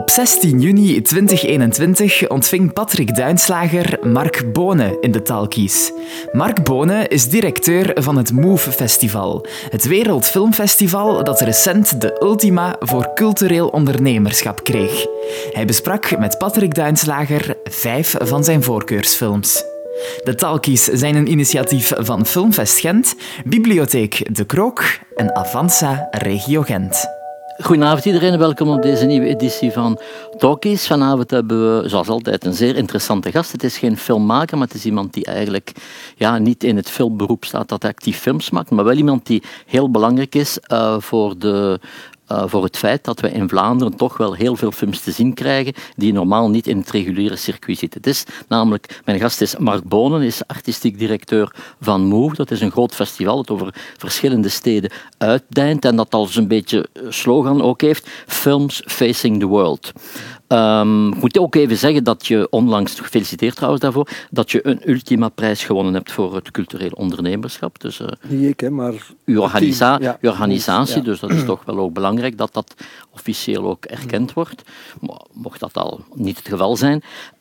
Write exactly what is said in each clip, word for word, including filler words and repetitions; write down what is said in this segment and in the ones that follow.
Op zestien juni tweeduizend eenentwintig ontving Patrick Duinslager Mark Bonen in de Talkies. Mark Bonen is directeur van het Move Festival, het wereldfilmfestival dat recent de Ultima voor cultureel ondernemerschap kreeg. Hij besprak met Patrick Duinslager vijf van zijn voorkeursfilms. De Talkies zijn een initiatief van Filmfest Gent, Bibliotheek De Krook en Avanza Regio Gent. Goedenavond iedereen en welkom op deze nieuwe editie van Talkies. Vanavond hebben we, zoals altijd, een zeer interessante gast. Het is geen filmmaker, maar het is iemand die eigenlijk ja, niet in het filmberoep staat dat hij actief films maakt, maar wel iemand die heel belangrijk is uh, voor de... Uh, voor het feit dat we in Vlaanderen toch wel heel veel films te zien krijgen die normaal niet in het reguliere circuit zitten. Het is namelijk, mijn gast is Mark Bonen, is artistiek directeur van Move. Dat is een groot festival dat over verschillende steden uitdijnt en dat als een beetje slogan ook heeft, Films Facing the World. Um, ik moet ook even zeggen dat je onlangs, gefeliciteerd trouwens daarvoor, dat je een Ultima-prijs gewonnen hebt voor het cultureel ondernemerschap. Dus, uh, Niet ik, hè, maar... Uw, organisa- ja. uw organisatie, ja. dus dat is toch wel ook belangrijk dat dat officieel ook erkend wordt. Mocht dat al niet het geval zijn.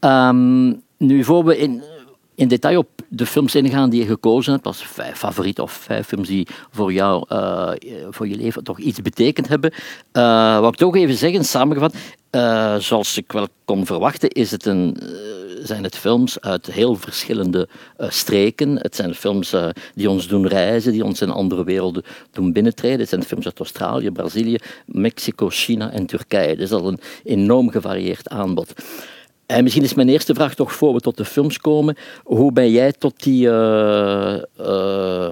Um, nu, voor we in... in detail op de films ingaan die je gekozen hebt, als vijf favorieten of vijf films die voor jou, uh, voor je leven toch iets betekend hebben. Uh, wat ik toch even zeggen, samengevat, uh, zoals ik wel kon verwachten, is het een, uh, zijn het films uit heel verschillende uh, streken. Het zijn films uh, die ons doen reizen, die ons in andere werelden doen binnentreden. Het zijn films uit Australië, Brazilië, Mexico, China en Turkije. Dus dat is een enorm gevarieerd aanbod. En misschien is mijn eerste vraag toch, voor we tot de films komen, hoe ben jij tot die, uh, uh,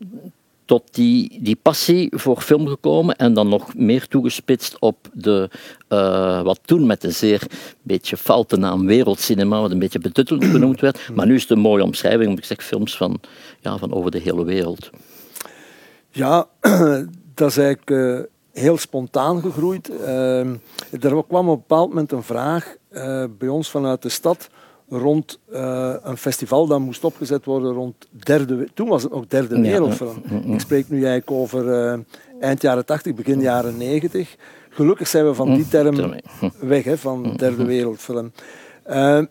tot die, die passie voor film gekomen en dan nog meer toegespitst op de, uh, wat toen met een zeer beetje foute naam wereldcinema, wat een beetje betuttelend benoemd werd, maar nu is het een mooie omschrijving, want ik zeg films van, ja, van over de hele wereld. Ja, dat is eigenlijk uh, heel spontaan gegroeid. Uh, er kwam op een bepaald moment een vraag uh, bij ons vanuit de stad rond uh, een festival dat moest opgezet worden rond derde... Toen was het nog derde wereldfilm. Ja, ja, ja. Ik spreek nu eigenlijk over uh, eind jaren tachtig, begin jaren negentig. Gelukkig zijn we van die term weg, hè, van derde wereldfilm. Uh,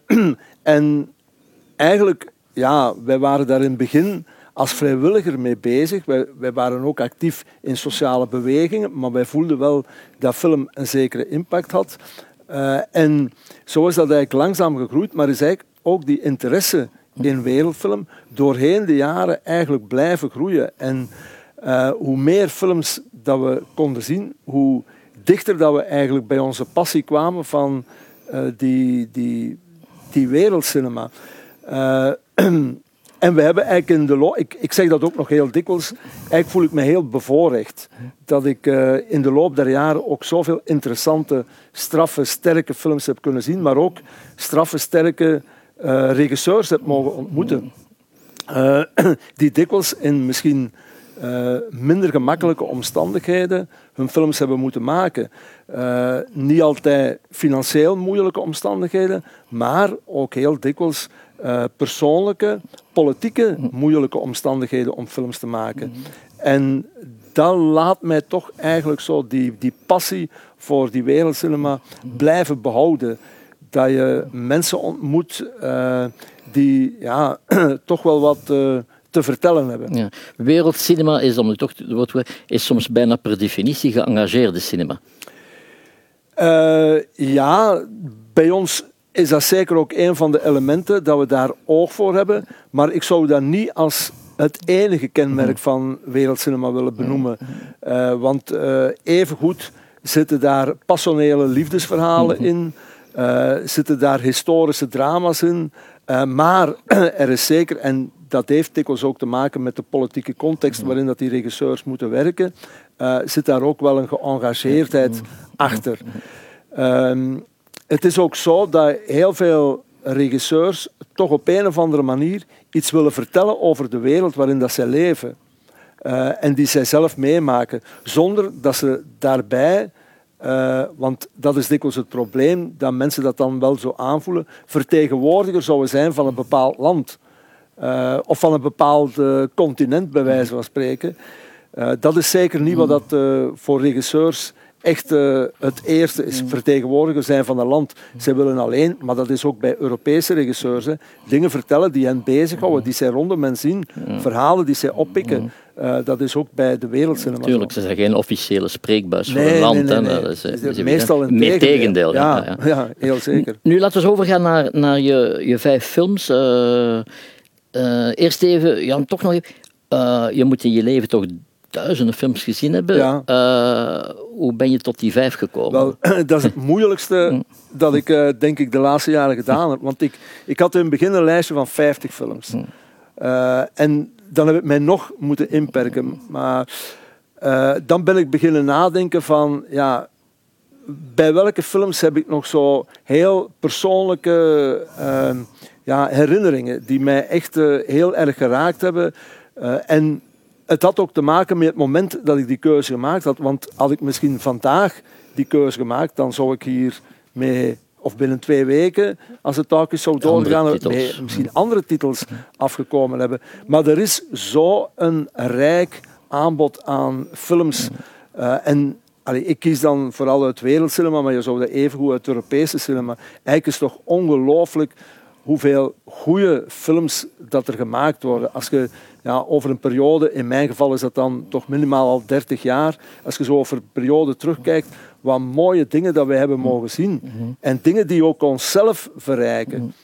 en eigenlijk, ja, wij waren daar in het begin als vrijwilliger mee bezig. Wij, wij waren ook actief in sociale bewegingen, maar wij voelden wel dat film een zekere impact had. Uh, en zo is dat eigenlijk langzaam gegroeid, maar is eigenlijk ook die interesse in wereldfilm doorheen de jaren eigenlijk blijven groeien. En uh, hoe meer films dat we konden zien, hoe dichter dat we eigenlijk bij onze passie kwamen van uh, die, die, die wereldcinema. Uh, En we hebben eigenlijk in de loop, ik, ik zeg dat ook nog heel dikwijls, eigenlijk voel ik me heel bevoorrecht dat ik uh, in de loop der jaren ook zoveel interessante, straffe, sterke films heb kunnen zien, maar ook straffe, sterke uh, regisseurs heb mogen ontmoeten. Uh, die dikwijls in misschien uh, minder gemakkelijke omstandigheden hun films hebben moeten maken. Uh, niet altijd financieel moeilijke omstandigheden, maar ook heel dikwijls Uh, persoonlijke, politieke moeilijke omstandigheden om films te maken. Mm-hmm. En dat laat mij toch eigenlijk zo die, die passie voor die wereldcinema blijven behouden. Dat je mensen ontmoet uh, die ja, toch wel wat uh, te vertellen hebben. Ja. Wereldcinema is, om het toch te is soms bijna per definitie geëngageerde cinema. Uh, ja, bij ons is dat zeker ook een van de elementen dat we daar oog voor hebben. Maar ik zou dat niet als het enige kenmerk van wereldcinema willen benoemen. Uh, want uh, evengoed zitten daar passionele liefdesverhalen in. Uh, zitten daar historische drama's in. Uh, maar er is zeker, en dat heeft dikwijls ook te maken met de politieke context waarin dat die regisseurs moeten werken, uh, zit daar ook wel een geëngageerdheid achter. Um, Het is ook zo dat heel veel regisseurs toch op een of andere manier iets willen vertellen over de wereld waarin dat zij leven. Uh, en die zij zelf meemaken. Zonder dat ze daarbij, uh, want dat is dikwijls het probleem, dat mensen dat dan wel zo aanvoelen, vertegenwoordiger zouden zijn van een bepaald land. Uh, of van een bepaald uh, continent, bij wijze van spreken. Uh, dat is zeker niet wat dat uh, voor regisseurs echt uh, het eerste is vertegenwoordiger zijn van een land. Zij willen alleen, maar dat is ook bij Europese regisseurs, hè, dingen vertellen die hen bezighouden, die zij rondom hen zien, verhalen die zij oppikken. Uh, dat is ook bij de wereldcinema. Natuurlijk, ze zijn geen officiële spreekbuis voor nee, een land. Nee, nee, nee. Hè. Dat is, is, is meestal een meer tegendeel. Ja, ja, ja. ja, heel zeker. Nu laten we eens overgaan naar, naar je, je vijf films. Uh, uh, eerst even, ja, toch nog even. Uh, je moet in je leven toch duizenden films gezien hebben. Ja. Uh, hoe ben je tot die vijf gekomen? Wel, dat is het moeilijkste dat ik uh, denk ik de laatste jaren gedaan heb. Want ik, ik had in het begin een lijstje van vijftig films. Uh, en dan heb ik mij nog moeten inperken. Maar uh, dan ben ik beginnen nadenken van, ja, bij welke films heb ik nog zo heel persoonlijke uh, ja, herinneringen die mij echt uh, heel erg geraakt hebben. Uh, en het had ook te maken met het moment dat ik die keuze gemaakt had. Want had ik misschien vandaag die keuze gemaakt, dan zou ik hier mee, of binnen twee weken, als het telkens zou doorgaan, mee misschien andere titels afgekomen hebben. Maar er is zo'n rijk aanbod aan films. Uh, en allee, ik kies dan vooral uit wereldcinema, maar je zou dat evengoed uit Europese cinema. Eigenlijk is het toch ongelooflijk hoeveel goede films dat er gemaakt worden. Als je ja, over een periode, in mijn geval is dat dan toch minimaal al dertig jaar, als je zo over een periode terugkijkt, wat mooie dingen dat wij hebben mogen zien. Mm-hmm. En dingen die ook onszelf verrijken. Mm-hmm.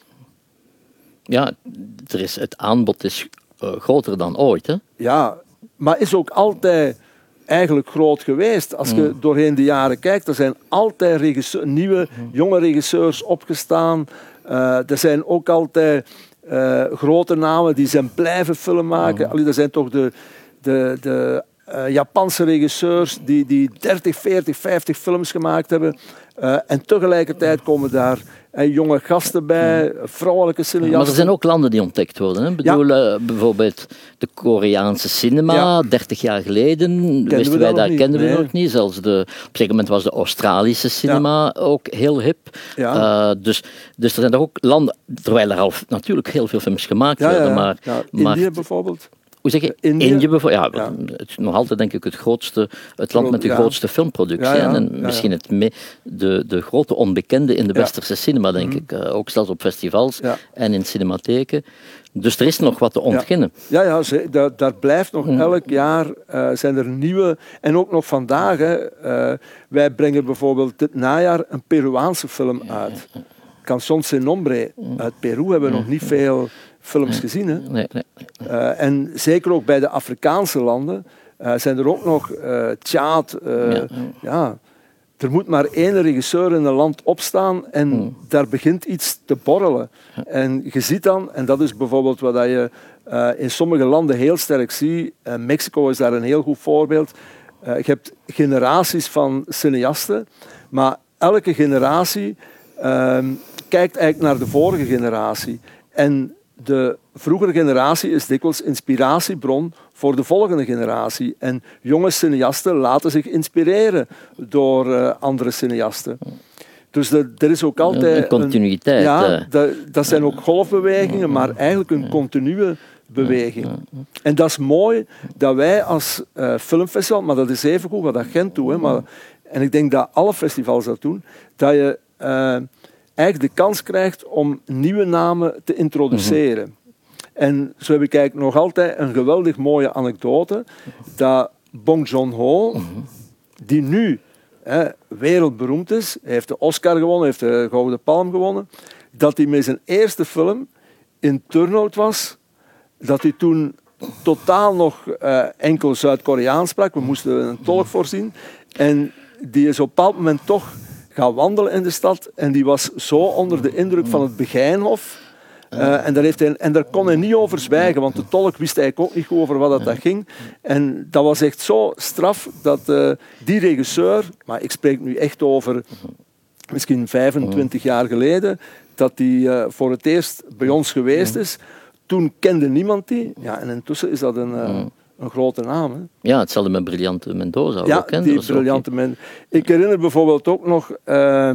Ja, er is, het aanbod is uh, groter dan ooit. Hè? Ja, maar is ook altijd eigenlijk groot geweest. Als je mm. doorheen de jaren kijkt, er zijn altijd regisseur, nieuwe, mm. jonge regisseurs opgestaan. Uh, er zijn ook altijd uh, grote namen die zijn blijven film maken. Mm. Allee, er zijn toch de, de, de uh, Japanse regisseurs die, die dertig, veertig, vijftig films gemaakt hebben. Uh, en tegelijkertijd komen daar uh, jonge gasten bij, vrouwelijke cineasten. Maar er zijn ook landen die ontdekt worden. Hè? Ik bedoel, ja. uh, bijvoorbeeld de Koreaanse cinema, ja. dertig jaar geleden, kenden wisten wij dat, kenden we nee. nog niet. Zelfs de, op een gegeven moment was de Australische cinema ja. ook heel hip. Ja. Uh, dus, dus er zijn er ook landen, terwijl er al natuurlijk heel veel films gemaakt ja, werden. Ja, maar, ja. maar, Indië bijvoorbeeld. Hoe zeg je? Indië, Indië bijvoorbeeld. Ja, ja. Het is nog altijd denk ik het grootste, het land met de ja. grootste filmproductie. Ja, ja, en ja, misschien ja. het me, de, de grote onbekende in de westerse ja. cinema, denk mm. ik. Uh, ook zelfs op festivals ja. en in cinematheken. Dus er is nog wat te ontginnen. Ja, ja, ja daar, daar blijft nog mm. elk jaar uh, zijn er nieuwe. En ook nog vandaag. Hè, uh, wij brengen bijvoorbeeld dit najaar een Peruaanse film uit. Ja, ja. Canción sin nombre. Uit Peru hebben we nog niet veel films gezien. Hè? Nee, nee. Uh, en zeker ook bij de Afrikaanse landen uh, zijn er ook nog uh, Tjaad. Uh, ja. ja, er moet maar één regisseur in een land opstaan en mm. daar begint iets te borrelen. Ja. En je ziet dan, en dat is bijvoorbeeld wat je uh, in sommige landen heel sterk ziet. Uh, Mexico is daar een heel goed voorbeeld. Uh, je hebt generaties van cineasten, maar elke generatie uh, kijkt eigenlijk naar de vorige generatie. En de vroegere generatie is dikwijls inspiratiebron voor de volgende generatie. En jonge cineasten laten zich inspireren door uh, andere cineasten. Dus de, er is ook altijd... Een continuïteit. Een, ja, de, dat zijn ook golfbewegingen, maar eigenlijk een continue beweging. En dat is mooi dat wij als uh, filmfestival, maar dat is evengoed wat dat Gent doet, hè, maar, en ik denk dat alle festivals dat doen, dat je... Uh, eigenlijk de kans krijgt om nieuwe namen te introduceren. Mm-hmm. En zo heb ik eigenlijk nog altijd een geweldig mooie anekdote, dat Bong Joon-ho, mm-hmm. die nu hè, wereldberoemd is, hij heeft de Oscar gewonnen, heeft de Gouden Palm gewonnen, dat hij met zijn eerste film in Turnhout was, dat hij toen totaal nog uh, enkel Zuid-Koreaans sprak, we moesten een tolk voorzien, en die is op een bepaald moment toch gaan wandelen in de stad en die was zo onder de indruk van het Begijnhof. Uh, en, daar heeft hij, en daar kon hij niet over zwijgen, want de tolk wist eigenlijk ook niet goed over wat dat, dat ging. En dat was echt zo straf dat uh, die regisseur, maar ik spreek nu echt over misschien vijfentwintig jaar geleden, dat die uh, voor het eerst bij ons geweest is. Toen kende niemand die. Ja, en intussen is dat een... Uh, Een grote naam. Hè? Ja, hetzelfde met Briljante Mendoza. Ja, ook, hè? die Briljante Mendoza. Ik herinner bijvoorbeeld ook nog uh,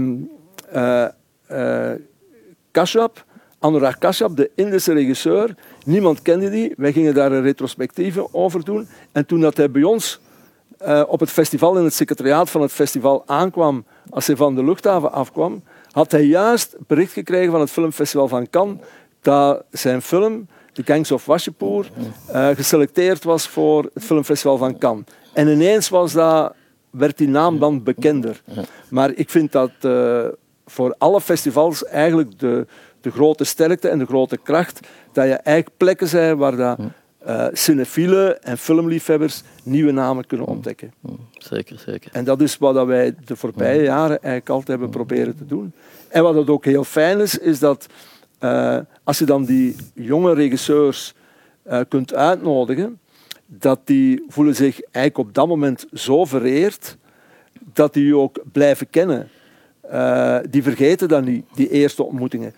uh, uh, Kashyap, Anurag Kashyap, de Indische regisseur. Niemand kende die. Wij gingen daar een retrospectieve over doen. En toen dat hij bij ons uh, op het festival, in het secretariaat van het festival aankwam, als hij van de luchthaven afkwam, had hij juist bericht gekregen van het filmfestival van Cannes dat zijn film, The Gangs of Wasseypur, uh, geselecteerd was voor het filmfestival van Cannes. En ineens was dat, werd die naam dan bekender. Maar ik vind dat uh, voor alle festivals eigenlijk de, de grote sterkte en de grote kracht, dat je eigenlijk plekken zijn waar dat, uh, cinefielen en filmliefhebbers nieuwe namen kunnen ontdekken. Zeker, zeker. En dat is wat wij de voorbije jaren eigenlijk altijd hebben proberen te doen. En wat het ook heel fijn is, is dat uh, als je dan die jonge regisseurs uh, kunt uitnodigen, dat die voelen zich eigenlijk op dat moment zo vereerd dat die je ook blijven kennen. Uh, die vergeten dat niet, die eerste ontmoetingen.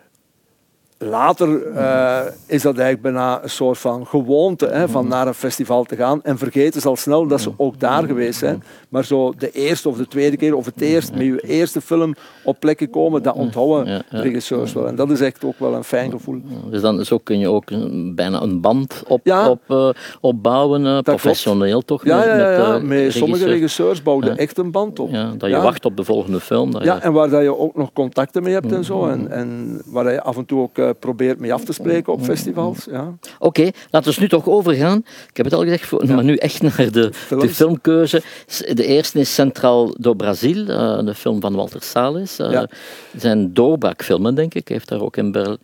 Later uh, is dat eigenlijk bijna een soort van gewoonte, hè, van naar een festival te gaan en vergeten ze al snel dat ze ook daar geweest zijn. Maar zo de eerste of de tweede keer of het eerst met je eerste film op plekken komen, dat onthouden ja, ja. regisseurs wel. En dat is echt ook wel een fijn gevoel. Dus dan zo kun je ook een, bijna een band op, ja, op, uh, opbouwen, uh, professioneel klopt. Toch? Ja, met, ja, ja, ja. Met, uh, met regisseurs. Sommige regisseurs bouwden ja. echt een band op. Ja, dat je ja. wacht op de volgende film. Dat ja, je... en waar dat je ook nog contacten mee hebt en zo. En, en waar je af en toe ook uh, probeert mee af te spreken op festivals. Ja. Oké, okay, laten we nu toch overgaan. Ik heb het al gezegd, voor, ja. maar nu echt naar de, de filmkeuze. De eerste is Central do Brasil, uh, de film van Walter Salles. Uh, ja. Zijn doorbraakfilmen, denk ik. Hij heeft daar ook in Berlijn...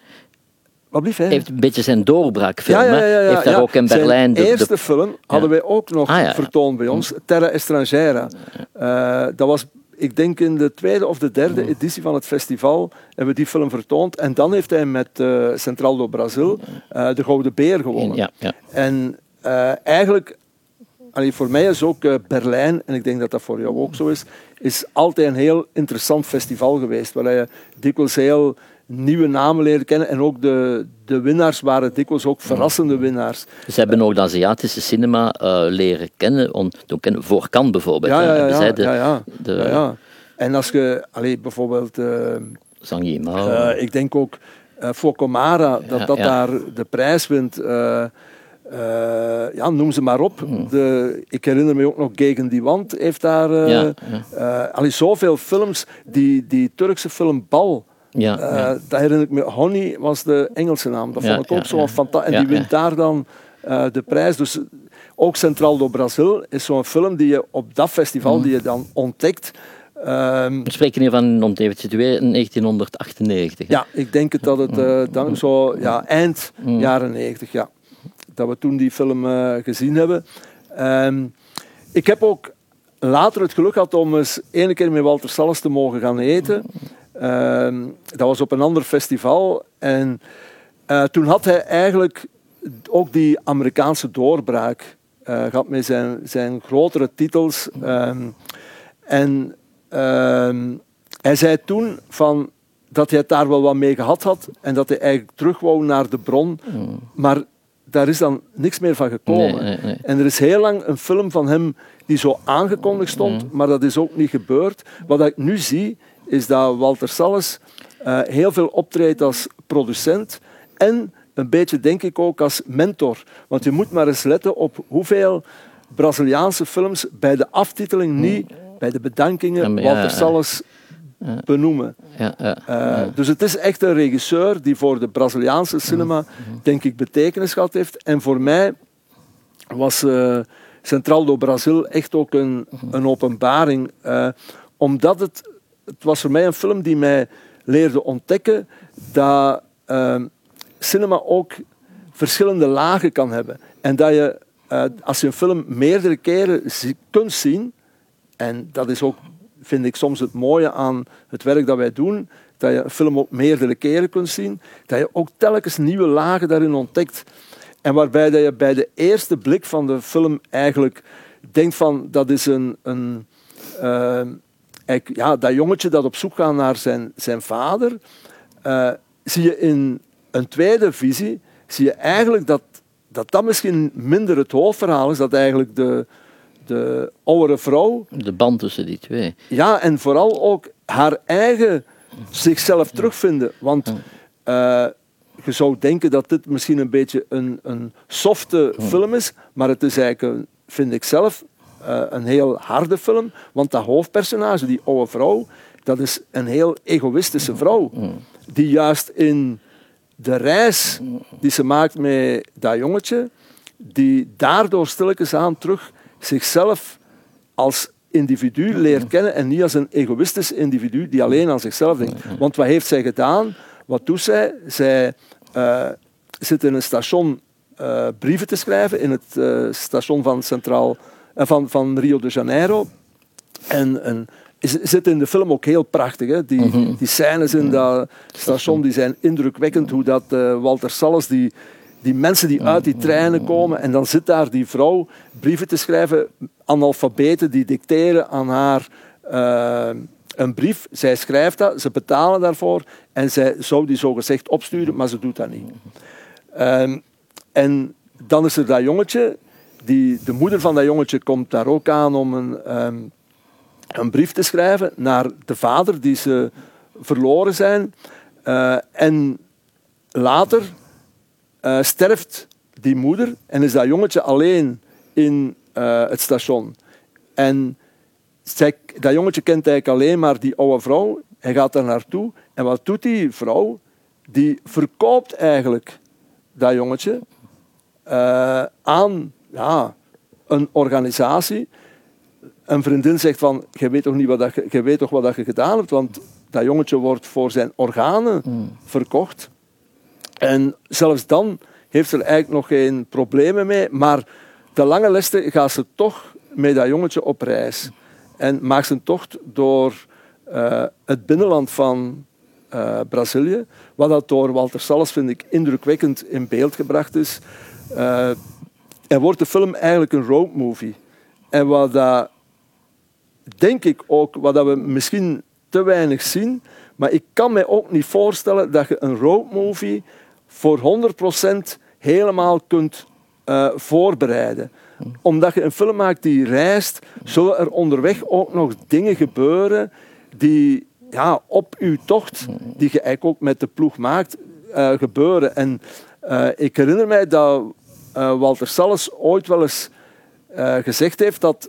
Wat blieft, hè? Heeft een beetje zijn doorbraakfilm. Ja, ja, ja, ja, ja. Heeft daar ja. ook in Berlijn... Zijn de, eerste de... film hadden ja. wij ook nog ah, ja. vertoond bij ons. Terra Estrangera. Uh, dat was... Ik denk in de tweede of de derde editie van het festival hebben we die film vertoond. En dan heeft hij met uh, Central do Brasil uh, de Gouden Beer gewonnen. Ja, ja. En uh, eigenlijk, allee, voor mij is ook uh, Berlijn, en ik denk dat dat voor jou ook zo is, is altijd een heel interessant festival geweest. Waar je dikwijls heel nieuwe namen leren kennen. En ook de, de winnaars waren dikwijls ook verrassende winnaars. Ze hebben ook de Aziatische cinema uh, leren kennen, on, kennen, voor Cannes bijvoorbeeld. Ja, ja, ja. ja, de, ja, ja. De, ja, ja. En als je allee, bijvoorbeeld... Uh, Zhang Yimou. Uh, ik denk ook uh, voor Comara, dat ja, dat ja. daar de prijs wint. Uh, uh, ja, noem ze maar op. Mm. De, ik herinner me ook nog Gegen die Wand heeft daar... Uh, ja, ja. Uh, allee, zoveel films. Die, die Turkse film Bal... Ja, uh, ja. Dat herinner ik me. Honey was de Engelse naam. Dat ja, vond ik ook ja, zo'n ja. fantastisch. En die ja, wint ja. daar dan uh, de prijs. Dus ook Central do Brasil is zo'n film die je op dat festival mm. die je dan ontdekt. Um, We spreken hier van, om het even te situeren, negentienhonderdachtennegentig. Hè? Ja, ik denk het dat het uh, dan zo ja, eind mm. jaren negentig, ja, dat we toen die film uh, gezien hebben. Um, ik heb ook later het geluk gehad om eens ene keer met Walter Salles te mogen gaan eten. Uh, dat was op een ander festival. En uh, toen had hij eigenlijk ook die Amerikaanse doorbraak uh, gehad met zijn, zijn grotere titels. Um, en uh, hij zei toen van dat hij het daar wel wat mee gehad had en dat hij eigenlijk terug wou naar de bron. Mm. Maar daar is dan niks meer van gekomen. Nee, nee, nee. En er is heel lang een film van hem die zo aangekondigd stond, mm. maar dat is ook niet gebeurd. Wat ik nu zie, is dat Walter Salles uh, heel veel optreedt als producent en een beetje, denk ik, ook als mentor. Want je moet maar eens letten op hoeveel Braziliaanse films bij de aftiteling niet, bij de bedankingen, ja, Walter Salles ja. benoemen. Ja, ja, ja. Uh, dus het is echt een regisseur die voor de Braziliaanse cinema, denk ik, betekenis gehad heeft. En voor mij was uh, Central do Brasil echt ook een, een openbaring. Uh, omdat het, het was voor mij een film die mij leerde ontdekken dat uh, cinema ook verschillende lagen kan hebben. En dat je, uh, als je een film meerdere keren zie, kunt zien, en dat is ook, vind ik, soms het mooie aan het werk dat wij doen, dat je een film ook meerdere keren kunt zien, dat je ook telkens nieuwe lagen daarin ontdekt. En waarbij dat je bij de eerste blik van de film eigenlijk denkt van, dat is een... een uh, ja, dat jongetje dat op zoek gaat naar zijn, zijn vader, uh, zie je in een tweede visie, zie je eigenlijk dat, dat dat misschien minder het hoofdverhaal is, dat eigenlijk de, de oudere vrouw... De band tussen die twee. Ja, en vooral ook haar eigen zichzelf terugvinden. Want uh, je zou denken dat dit misschien een beetje een, een softe film is, maar het is eigenlijk, een, vind ik zelf, uh, een heel harde film, want dat hoofdpersonage, die oude vrouw, dat is een heel egoïstische vrouw, die juist in de reis die ze maakt met dat jongetje, die daardoor stilletjes aan terug zichzelf als individu leert kennen en niet als een egoïstisch individu die alleen aan zichzelf denkt. Want wat heeft zij gedaan? Wat doet zij? Zij uh, zit in een station uh, brieven te schrijven, in het uh, station van, Centraal, uh, van, van Rio de Janeiro. En, en zit in de film ook heel prachtig. Hè? Die, mm-hmm. die scènes in dat station die zijn indrukwekkend. Hoe dat uh, Walter Salles, die, die mensen die uit die treinen komen, en dan zit daar die vrouw brieven te schrijven, analfabeten die dicteren aan haar uh, een brief. Zij schrijft dat, ze betalen daarvoor en zij zou die zogezegd opsturen, maar ze doet dat niet. Um, en dan is er dat jongetje, die, de moeder van dat jongetje komt daar ook aan om een... Um, een brief te schrijven naar de vader die ze verloren zijn. Uh, en later uh, sterft die moeder en is dat jongetje alleen in uh, het station. En zij, dat jongetje kent eigenlijk alleen maar die oude vrouw. Hij gaat daar naartoe. En wat doet die vrouw? Die verkoopt eigenlijk dat jongetje uh, aan ja, een organisatie. Een vriendin zegt van, je weet toch niet wat dat je, je weet toch wat dat je gedaan hebt, want dat jongetje wordt voor zijn organen mm. verkocht. En zelfs dan heeft ze er eigenlijk nog geen problemen mee, maar de lange leste gaat ze toch met dat jongetje op reis. En maakt ze een tocht door uh, het binnenland van uh, Brazilië, wat dat door Walter Salles, vind ik, indrukwekkend in beeld gebracht is. Uh, en wordt de film eigenlijk een roadmovie. En wat dat denk ik ook, wat we misschien te weinig zien, maar ik kan me ook niet voorstellen dat je een roadmovie voor honderd procent helemaal kunt uh, voorbereiden. Omdat je een film maakt die reist, zullen er onderweg ook nog dingen gebeuren die ja, op uw tocht, die je eigenlijk ook met de ploeg maakt, uh, gebeuren. En uh, ik herinner mij dat uh, Walter Salles ooit wel eens uh, gezegd heeft dat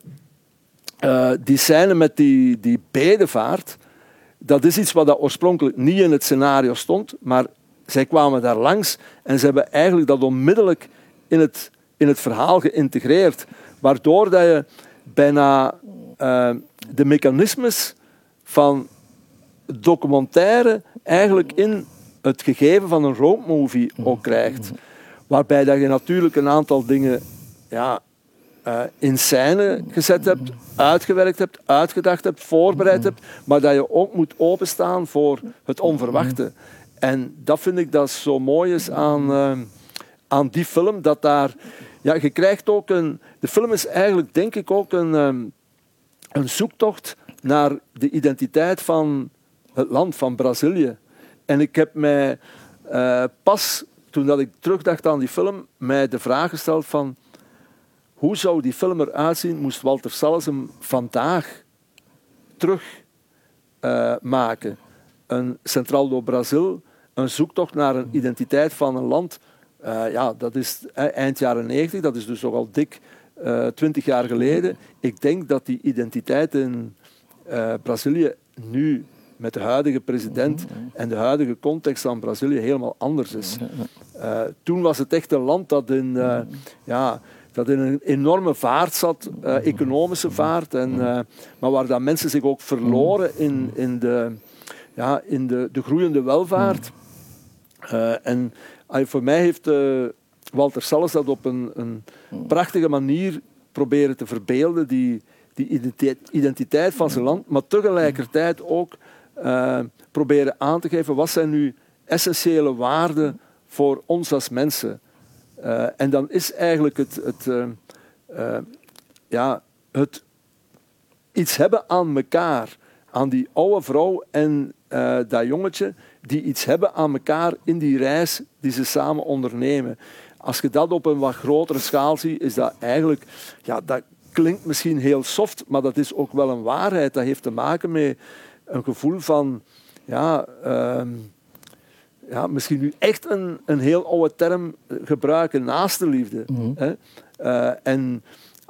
Uh, die scène met die, die bedevaart, dat is iets wat dat oorspronkelijk niet in het scenario stond, maar zij kwamen daar langs en ze hebben eigenlijk dat onmiddellijk in het, in het verhaal geïntegreerd, waardoor dat je bijna uh, de mechanismes van documentaire eigenlijk in het gegeven van een roadmovie ook krijgt. Waarbij dat je natuurlijk een aantal dingen ja, Uh, in scène gezet hebt, uitgewerkt hebt, uitgedacht hebt, voorbereid hebt, maar dat je ook moet openstaan voor het onverwachte. En dat vind ik dat zo mooi is aan, uh, aan die film, dat daar... Ja, je krijgt ook een... De film is eigenlijk, denk ik, ook een, um, een zoektocht naar de identiteit van het land, van Brazilië. En ik heb mij uh, pas, toen dat ik terugdacht aan die film, mij de vraag gesteld van... Hoe zou die film eruit zien, moest Walter Salles hem vandaag terug uh, maken? Een Central do Brasil, een zoektocht naar een identiteit van een land. Uh, ja, dat is eh, eind jaren negentig, dat is dus nog al dik uh, twintig jaar geleden. Ik denk dat die identiteit in uh, Brazilië nu met de huidige president en de huidige context van Brazilië helemaal anders is. Uh, toen was het echt een land dat in... Uh, ja, dat in een enorme vaart zat, uh, economische vaart, en, uh, maar waar dat mensen zich ook verloren in, in, de, ja, in de, de groeiende welvaart. Uh, en uh, voor mij heeft uh, Walter Salles dat op een, een prachtige manier proberen te verbeelden, die, die identiteit, identiteit van zijn land, maar tegelijkertijd ook uh, proberen aan te geven wat zijn nu essentiële waarden voor ons als mensen. Uh, en dan is eigenlijk het, het, uh, uh, ja, het iets hebben aan elkaar, aan die oude vrouw en uh, dat jongetje, die iets hebben aan elkaar in die reis die ze samen ondernemen. Als je dat op een wat grotere schaal ziet, is dat eigenlijk, ja, dat klinkt misschien heel soft, maar dat is ook wel een waarheid. Dat heeft te maken met een gevoel van, ja... Uh, Ja, misschien nu echt een, een heel oude term gebruiken, naastenliefde. Mm-hmm. Hè? Uh, en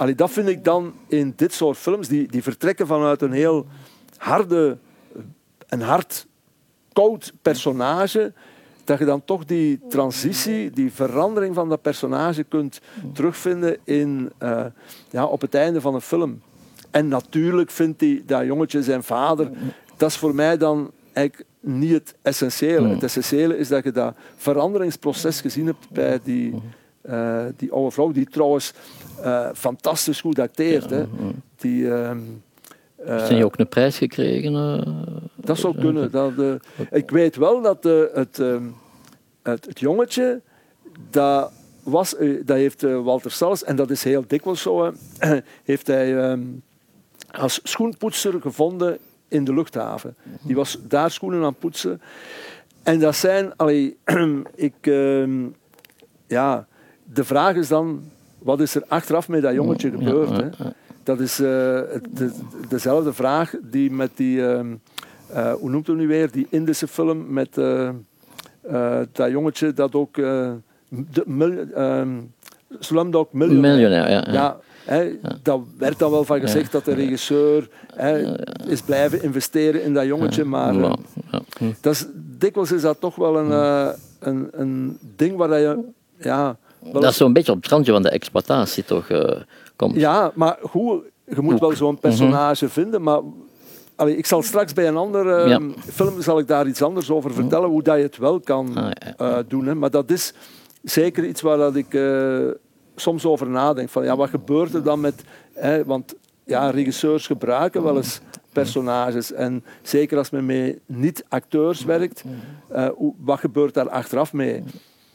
allee, dat vind ik dan in dit soort films, die, die vertrekken vanuit een heel harde, een hard, koud personage, dat je dan toch die transitie, die verandering van dat personage kunt terugvinden in, uh, ja, op het einde van een film. En natuurlijk vindt die, dat jongetje zijn vader, dat is voor mij dan eigenlijk niet het essentiële. Het essentiële is dat je dat veranderingsproces gezien hebt bij die, uh, die oude vrouw, die trouwens uh, fantastisch goed acteert. Hè. Die, uh, Heeft hij ook een prijs gekregen? Uh, dat zou kunnen. Dat, uh, ik weet wel dat uh, het, uh, het, het jongetje, dat, was, uh, dat heeft uh, Walter Salles, en dat is heel dikwijls zo, uh, heeft hij uh, als schoenpoetser gevonden in de luchthaven. Die was daar schoenen aan het poetsen. En dat zijn... Allee, ik, uh, ja, de vraag is dan, wat is er achteraf met dat jongetje gebeurd? Hè? Dat is uh, de, dezelfde vraag die met die... Uh, uh, hoe noemt het nu weer? Die Indische film met uh, uh, dat jongetje dat ook... Uh, de, uh, Slumdog Millionaire. Miljonair, ja. ja. ja He, ja. Dat werd dan wel van gezegd dat de regisseur he, is blijven investeren in dat jongetje, maar uh, dat is, dikwijls is dat toch wel een, uh, een, een ding waar je... Ja, wel dat is zo'n beetje op het randje van de exploitatie toch uh, komt. Ja, maar goed, je moet wel zo'n personage mm-hmm. vinden, maar allee, ik zal straks bij een andere uh, ja. film zal ik daar iets anders over vertellen, hoe dat je het wel kan ah, ja. uh, doen. Hè. Maar dat is zeker iets waar dat ik... Uh, soms over nadenk. Van, ja, wat gebeurt er dan met... Hè, want ja, regisseurs gebruiken wel eens personages. En zeker als men met niet-acteurs werkt, uh, hoe, wat gebeurt daar achteraf mee?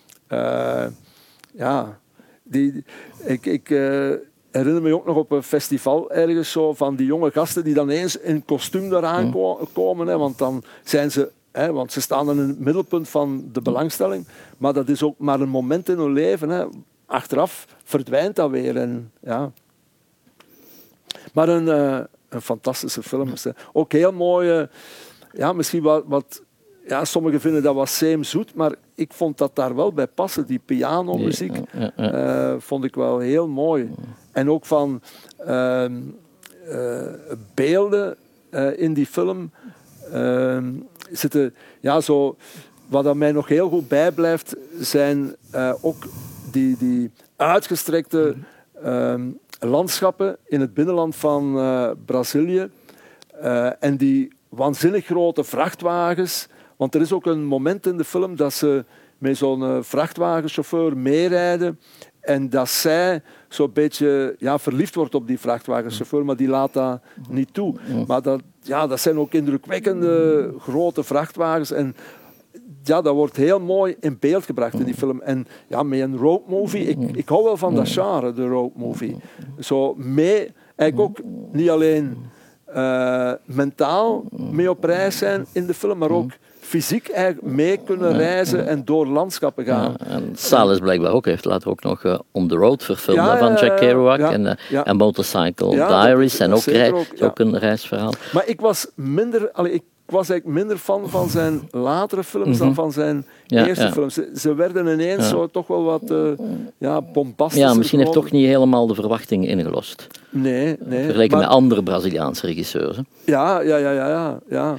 Uh, ja, die, ik, ik uh, herinner me ook nog op een festival ergens zo van die jonge gasten die dan eens in kostuum eraan ko- komen. Hè, want dan zijn ze... Hè, want ze staan in het middelpunt van de belangstelling. Maar dat is ook maar een moment in hun leven. Hè. Achteraf verdwijnt dat weer. En, ja. Maar een, uh, een fantastische film. Ook heel mooi. Uh, ja, misschien wat, wat ja, sommigen vinden dat wat zeemzoet, maar ik vond dat daar wel bij passen. Die pianomuziek ja, ja, ja. Uh, vond ik wel heel mooi. Ja. En ook van uh, uh, beelden uh, in die film uh, zitten. Ja, zo, wat aan mij nog heel goed bijblijft, zijn uh, ook die, die uitgestrekte uh, landschappen in het binnenland van uh, Brazilië. Uh, en die waanzinnig grote vrachtwagens. Want er is ook een moment in de film dat ze met zo'n uh, vrachtwagenchauffeur meerijden. En dat zij zo'n beetje ja, verliefd wordt op die vrachtwagenchauffeur, maar die laat dat niet toe. Maar dat, ja, dat zijn ook indrukwekkende grote vrachtwagens. En ja, dat wordt heel mooi in beeld gebracht in die film. En ja, met een roadmovie, ik, ik hou wel van dat genre, de roadmovie. Zo mee, eigenlijk ook niet alleen uh, mentaal mee op reis zijn in de film, maar ook fysiek eigenlijk mee kunnen reizen en door landschappen gaan. Ja, en Salles blijkbaar ook heeft later ook nog uh, On the Road verfilmd ja, van Jack Kerouac ja, en, uh, ja. en Motorcycle ja, Diaries dat, en ook, rij, ook, ja. ook een reisverhaal. Maar ik was minder... Allee, ik was eigenlijk minder fan van zijn latere films mm-hmm. dan van zijn ja, eerste ja. films. Ze, ze werden ineens ja. zo toch wel wat uh, ja, bombastisch. Ja, misschien heeft toch niet helemaal de verwachtingen ingelost. Nee, nee. Vergeleken maar, met andere Braziliaanse regisseurs. Hè. Ja, ja, ja, ja, ja. ja.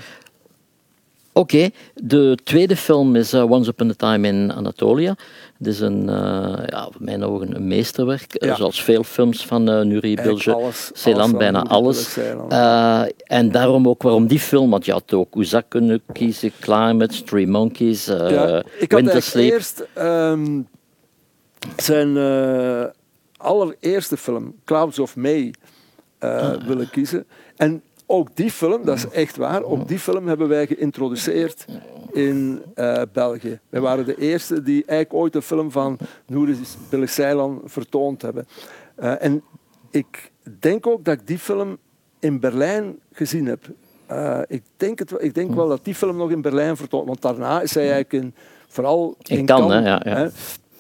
Oké, okay. De tweede film is uh, Once Upon a Time in Anatolia. Het is een, uh, ja, op mijn ogen een meesterwerk, ja. zoals veel films van uh, Nuri Bilge Ceylan, bijna alles. Uh, en daarom ook waarom die film, want je had ook Uzak kunnen kiezen, Climates, Three Monkeys, uh, ja, ik had Winter Sleep. Eerst um, zijn uh, allereerste film, Clouds of May, uh, ah. willen kiezen. En ook die film, dat is echt waar, ook die film hebben wij geïntroduceerd in uh, België. Wij waren de eerste die eigenlijk ooit een film van Nuri Bilge Ceylan vertoond hebben. Uh, en ik denk ook dat ik die film in Berlijn gezien heb. Uh, ik denk, het, ik denk wel dat die film nog in Berlijn vertoond, want daarna is hij eigenlijk in, vooral in, in Cannes. Cannes hè, ja, ja. Hè.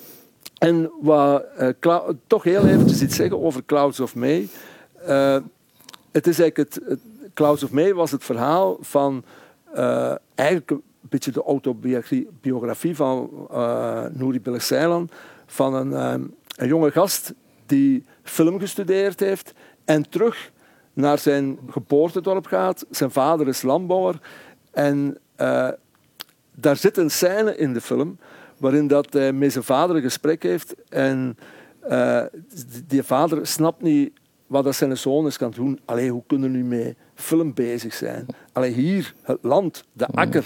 En wat, uh, Cla- toch heel eventjes iets zeggen over Clouds of May. Uh, het is eigenlijk het, het Clouds of May was het verhaal van uh, eigenlijk een beetje de autobiografie van uh, Nuri Bilge Ceylan, van een, um, een jonge gast die film gestudeerd heeft en terug naar zijn geboortedorp gaat. Zijn vader is landbouwer. En uh, daar zit een scène in de film waarin dat hij met zijn vader een gesprek heeft. En uh, die vader snapt niet wat dat zijn zoon is gaan doen. Allee, hoe kunnen we nu met film bezig zijn? Allee, hier, het land, de akker.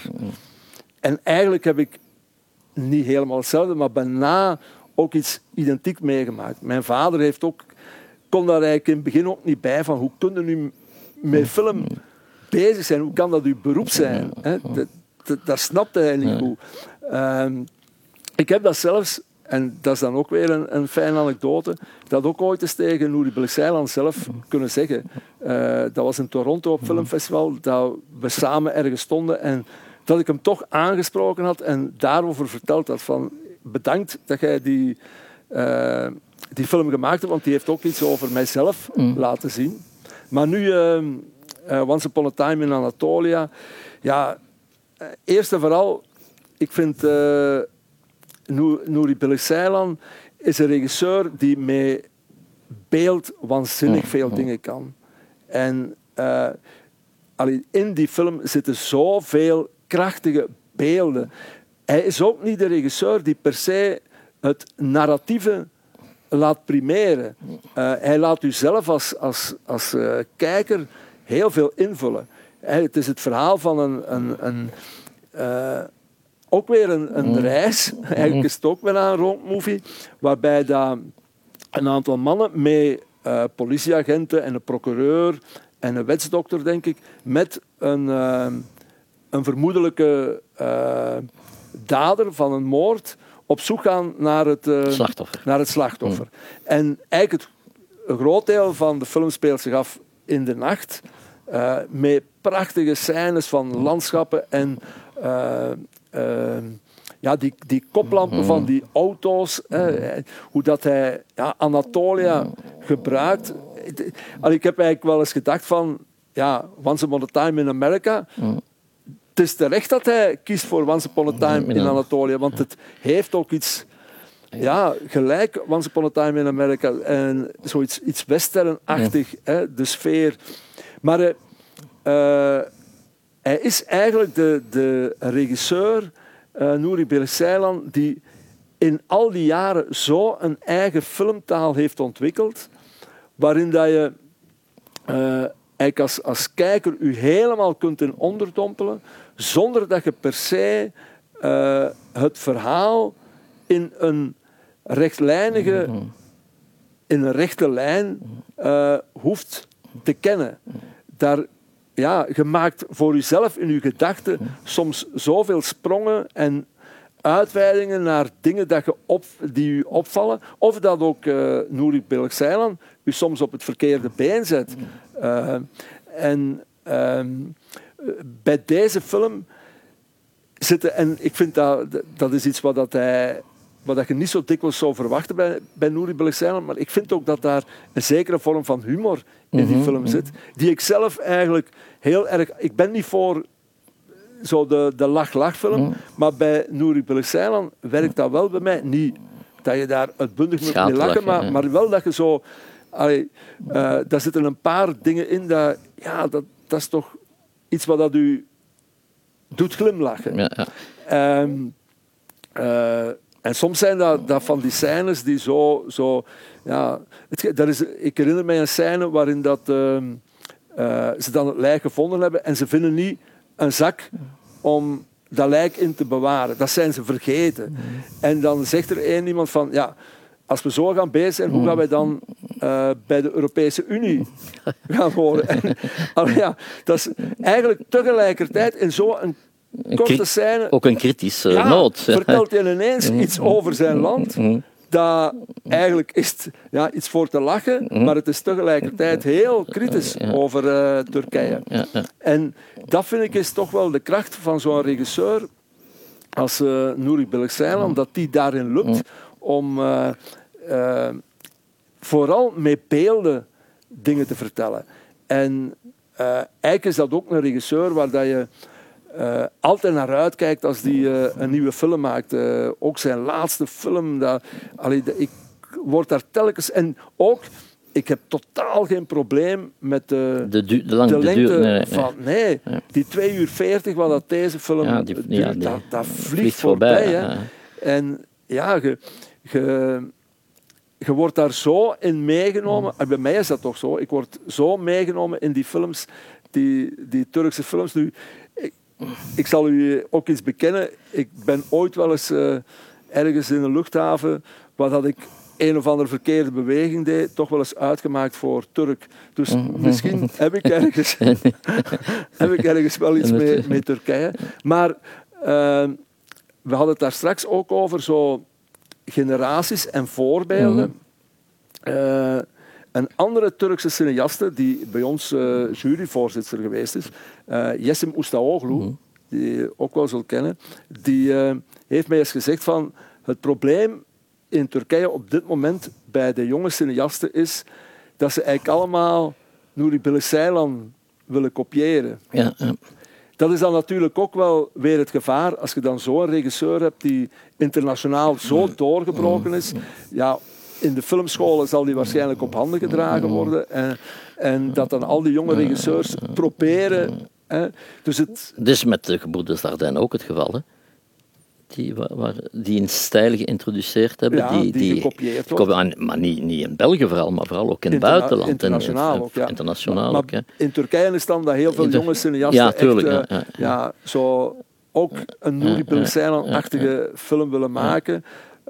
En eigenlijk heb ik niet helemaal hetzelfde, maar bijna ook iets identiek meegemaakt. Mijn vader heeft ook, kon daar eigenlijk in het begin ook niet bij van hoe kunnen we nu met film bezig zijn? Hoe kan dat uw beroep zijn? He, dat, dat, dat snapte hij niet goed. Um, ik heb dat zelfs, en dat is dan ook weer een, een fijne anekdote, dat ook ooit eens tegen Nouri Bilek-Ceylan zelf kunnen zeggen. Uh, dat was in Toronto op filmfestival, dat we samen ergens stonden en dat ik hem toch aangesproken had en daarover verteld had van bedankt dat jij die, uh, die film gemaakt hebt, want die heeft ook iets over mijzelf mm. laten zien. Maar nu, uh, uh, Once Upon a Time in Anatolia, ja, uh, eerst en vooral, ik vind uh, Nouri Bilek-Ceylan is een regisseur die met beeld waanzinnig veel dingen kan. En uh, allee, in die film zitten zoveel krachtige beelden. Hij is ook niet de regisseur die per se het narratieve laat primeren. Uh, hij laat u zelf als, als, als uh, kijker heel veel invullen. Hij, het is het verhaal van een... een, een uh, ook weer een, een reis. Eigenlijk is het ook weer een roadmovie. Waarbij dat een aantal mannen met uh, politieagenten en een procureur en een wetsdokter, denk ik, met een, uh, een vermoedelijke uh, dader van een moord op zoek gaan naar het, uh, slachtoffer. Naar het slachtoffer. Mm. En eigenlijk het, een groot deel van de film speelt zich af in de nacht. Uh, met prachtige scènes van landschappen en uh, uh, ja, die, die koplampen mm. van die auto's. Uh, hoe dat hij ja, Anatolia gebruikt. Allee, ik heb eigenlijk wel eens gedacht van ja, Once Upon a Time in America. Mm. Het is terecht dat hij kiest voor Once Upon a Time in Anatolia, want het heeft ook iets ja, gelijk Once Upon a Time in America en zoiets iets westernachtig, hè, de sfeer. Maar uh, uh, hij is eigenlijk de, de regisseur, uh, Nouri Bilek-Ceylan, die in al die jaren zo een eigen filmtaal heeft ontwikkeld, waarin dat je uh, eigenlijk als, als kijker u helemaal kunt in onderdompelen, zonder dat je per se uh, het verhaal in een rechtlijnige, in een rechte lijn uh, hoeft te kennen. Daar, ja, je maakt voor jezelf in je gedachten soms zoveel sprongen en uitweidingen naar dingen dat je op, die je opvallen, of dat ook uh, Nouri Bilek-Ceylan u soms op het verkeerde been zet. Uh, en uh, bij deze film zitten, en ik vind dat, dat is iets wat dat hij, wat dat je niet zo dikwijls zou verwachten bij, bij Nouri Bilek-Ceylan, maar ik vind ook dat daar een zekere vorm van humor in die film zit, die ik zelf eigenlijk heel erg... Ik ben niet voor zo de, de lach-lach-film, mm. maar bij Nouri Bilek-Ceylan werkt dat wel bij mij. Niet dat je daar uitbundig moet mee lachen, maar, maar wel dat je zo... Allee, uh, daar zitten een paar dingen in dat... Ja, dat, dat is toch iets wat dat u doet glimlachen. Ja, ja. Um, uh, en soms zijn dat, dat van die scènes die zo... zo ja, het, dat is, ik herinner mij een scène waarin dat, uh, uh, ze dan het lijk gevonden hebben en ze vinden niet een zak om dat lijk in te bewaren. Dat zijn ze vergeten. Mm. En dan zegt er één iemand van... Ja, als we zo gaan bezig zijn, hoe gaan wij dan uh, bij de Europese Unie gaan horen? En, allee, ja, dat is eigenlijk tegelijkertijd in zo'n korte scène... Ook een kritische ja, noot. Vertelt hij ineens iets over zijn land... dat eigenlijk is ja, iets voor te lachen, maar het is tegelijkertijd heel kritisch over uh, Turkije. En dat vind ik is toch wel de kracht van zo'n regisseur als uh, Nouri Bilek-Ceylan, dat die daarin lukt om uh, uh, vooral met beelden dingen te vertellen. En uh, eigenlijk is dat ook een regisseur waar dat je Uh, altijd naar uitkijkt als die uh, een nieuwe film maakt. Uh, ook zijn laatste film. Dat, allee, de, ik word daar telkens... En ook, ik heb totaal geen probleem met de, de, du, de, lang, de de lengte duur, nee, nee. van... Nee, ja. die twee uur veertig wat dat deze film ja, die, duurt, ja, die, dat, dat vliegt, vliegt voorbij. voorbij hè. ja. En ja, je, je, je wordt daar zo in meegenomen. En bij mij is dat toch zo. Ik word zo meegenomen in die films, die, die Turkse films. Nu, ik, ik zal u ook iets bekennen. Ik ben ooit wel eens uh, ergens in een luchthaven, waar dat ik een of andere verkeerde beweging deed, toch wel eens uitgemaakt voor Turk. Dus misschien heb ik ergens, heb ik ergens wel iets mee, met Turkije. Maar uh, we hadden het daar straks ook over zo generaties en voorbeelden. Uh, een andere Turkse cineaste die bij ons uh, juryvoorzitter geweest is, uh, Yesim Ustaoglu, die je ook wel zult kennen, die uh, heeft mij eens gezegd van het probleem in Turkije op dit moment bij de jonge cineasten is dat ze eigenlijk allemaal Nuri Bilge Ceylan willen kopiëren. Ja, ja. Dat is dan natuurlijk ook wel weer het gevaar als je dan zo'n regisseur hebt die internationaal zo doorgebroken is. Ja, in de filmscholen zal die waarschijnlijk op handen gedragen worden. En, en dat dan al die jonge regisseurs proberen. Hè. Dus het... Dit is met de gebroeders Dardenne ook het geval, hè? Die, waar, waar, die een stijl geïntroduceerd hebben. Ja, die, die gekopieerd wordt. Maar niet, niet in België vooral, maar vooral ook in het Interna- buitenland. Internationaal en, ook, ja. Internationaal maar, ook, ja. In Turkije is dan dat heel veel Inter- jonge cineasten ja, tuurlijk, echt, uh, ja, ja, ja. ja, zo ook een Nuri Bilge Ceylan-achtige ja, ja, ja. film willen maken.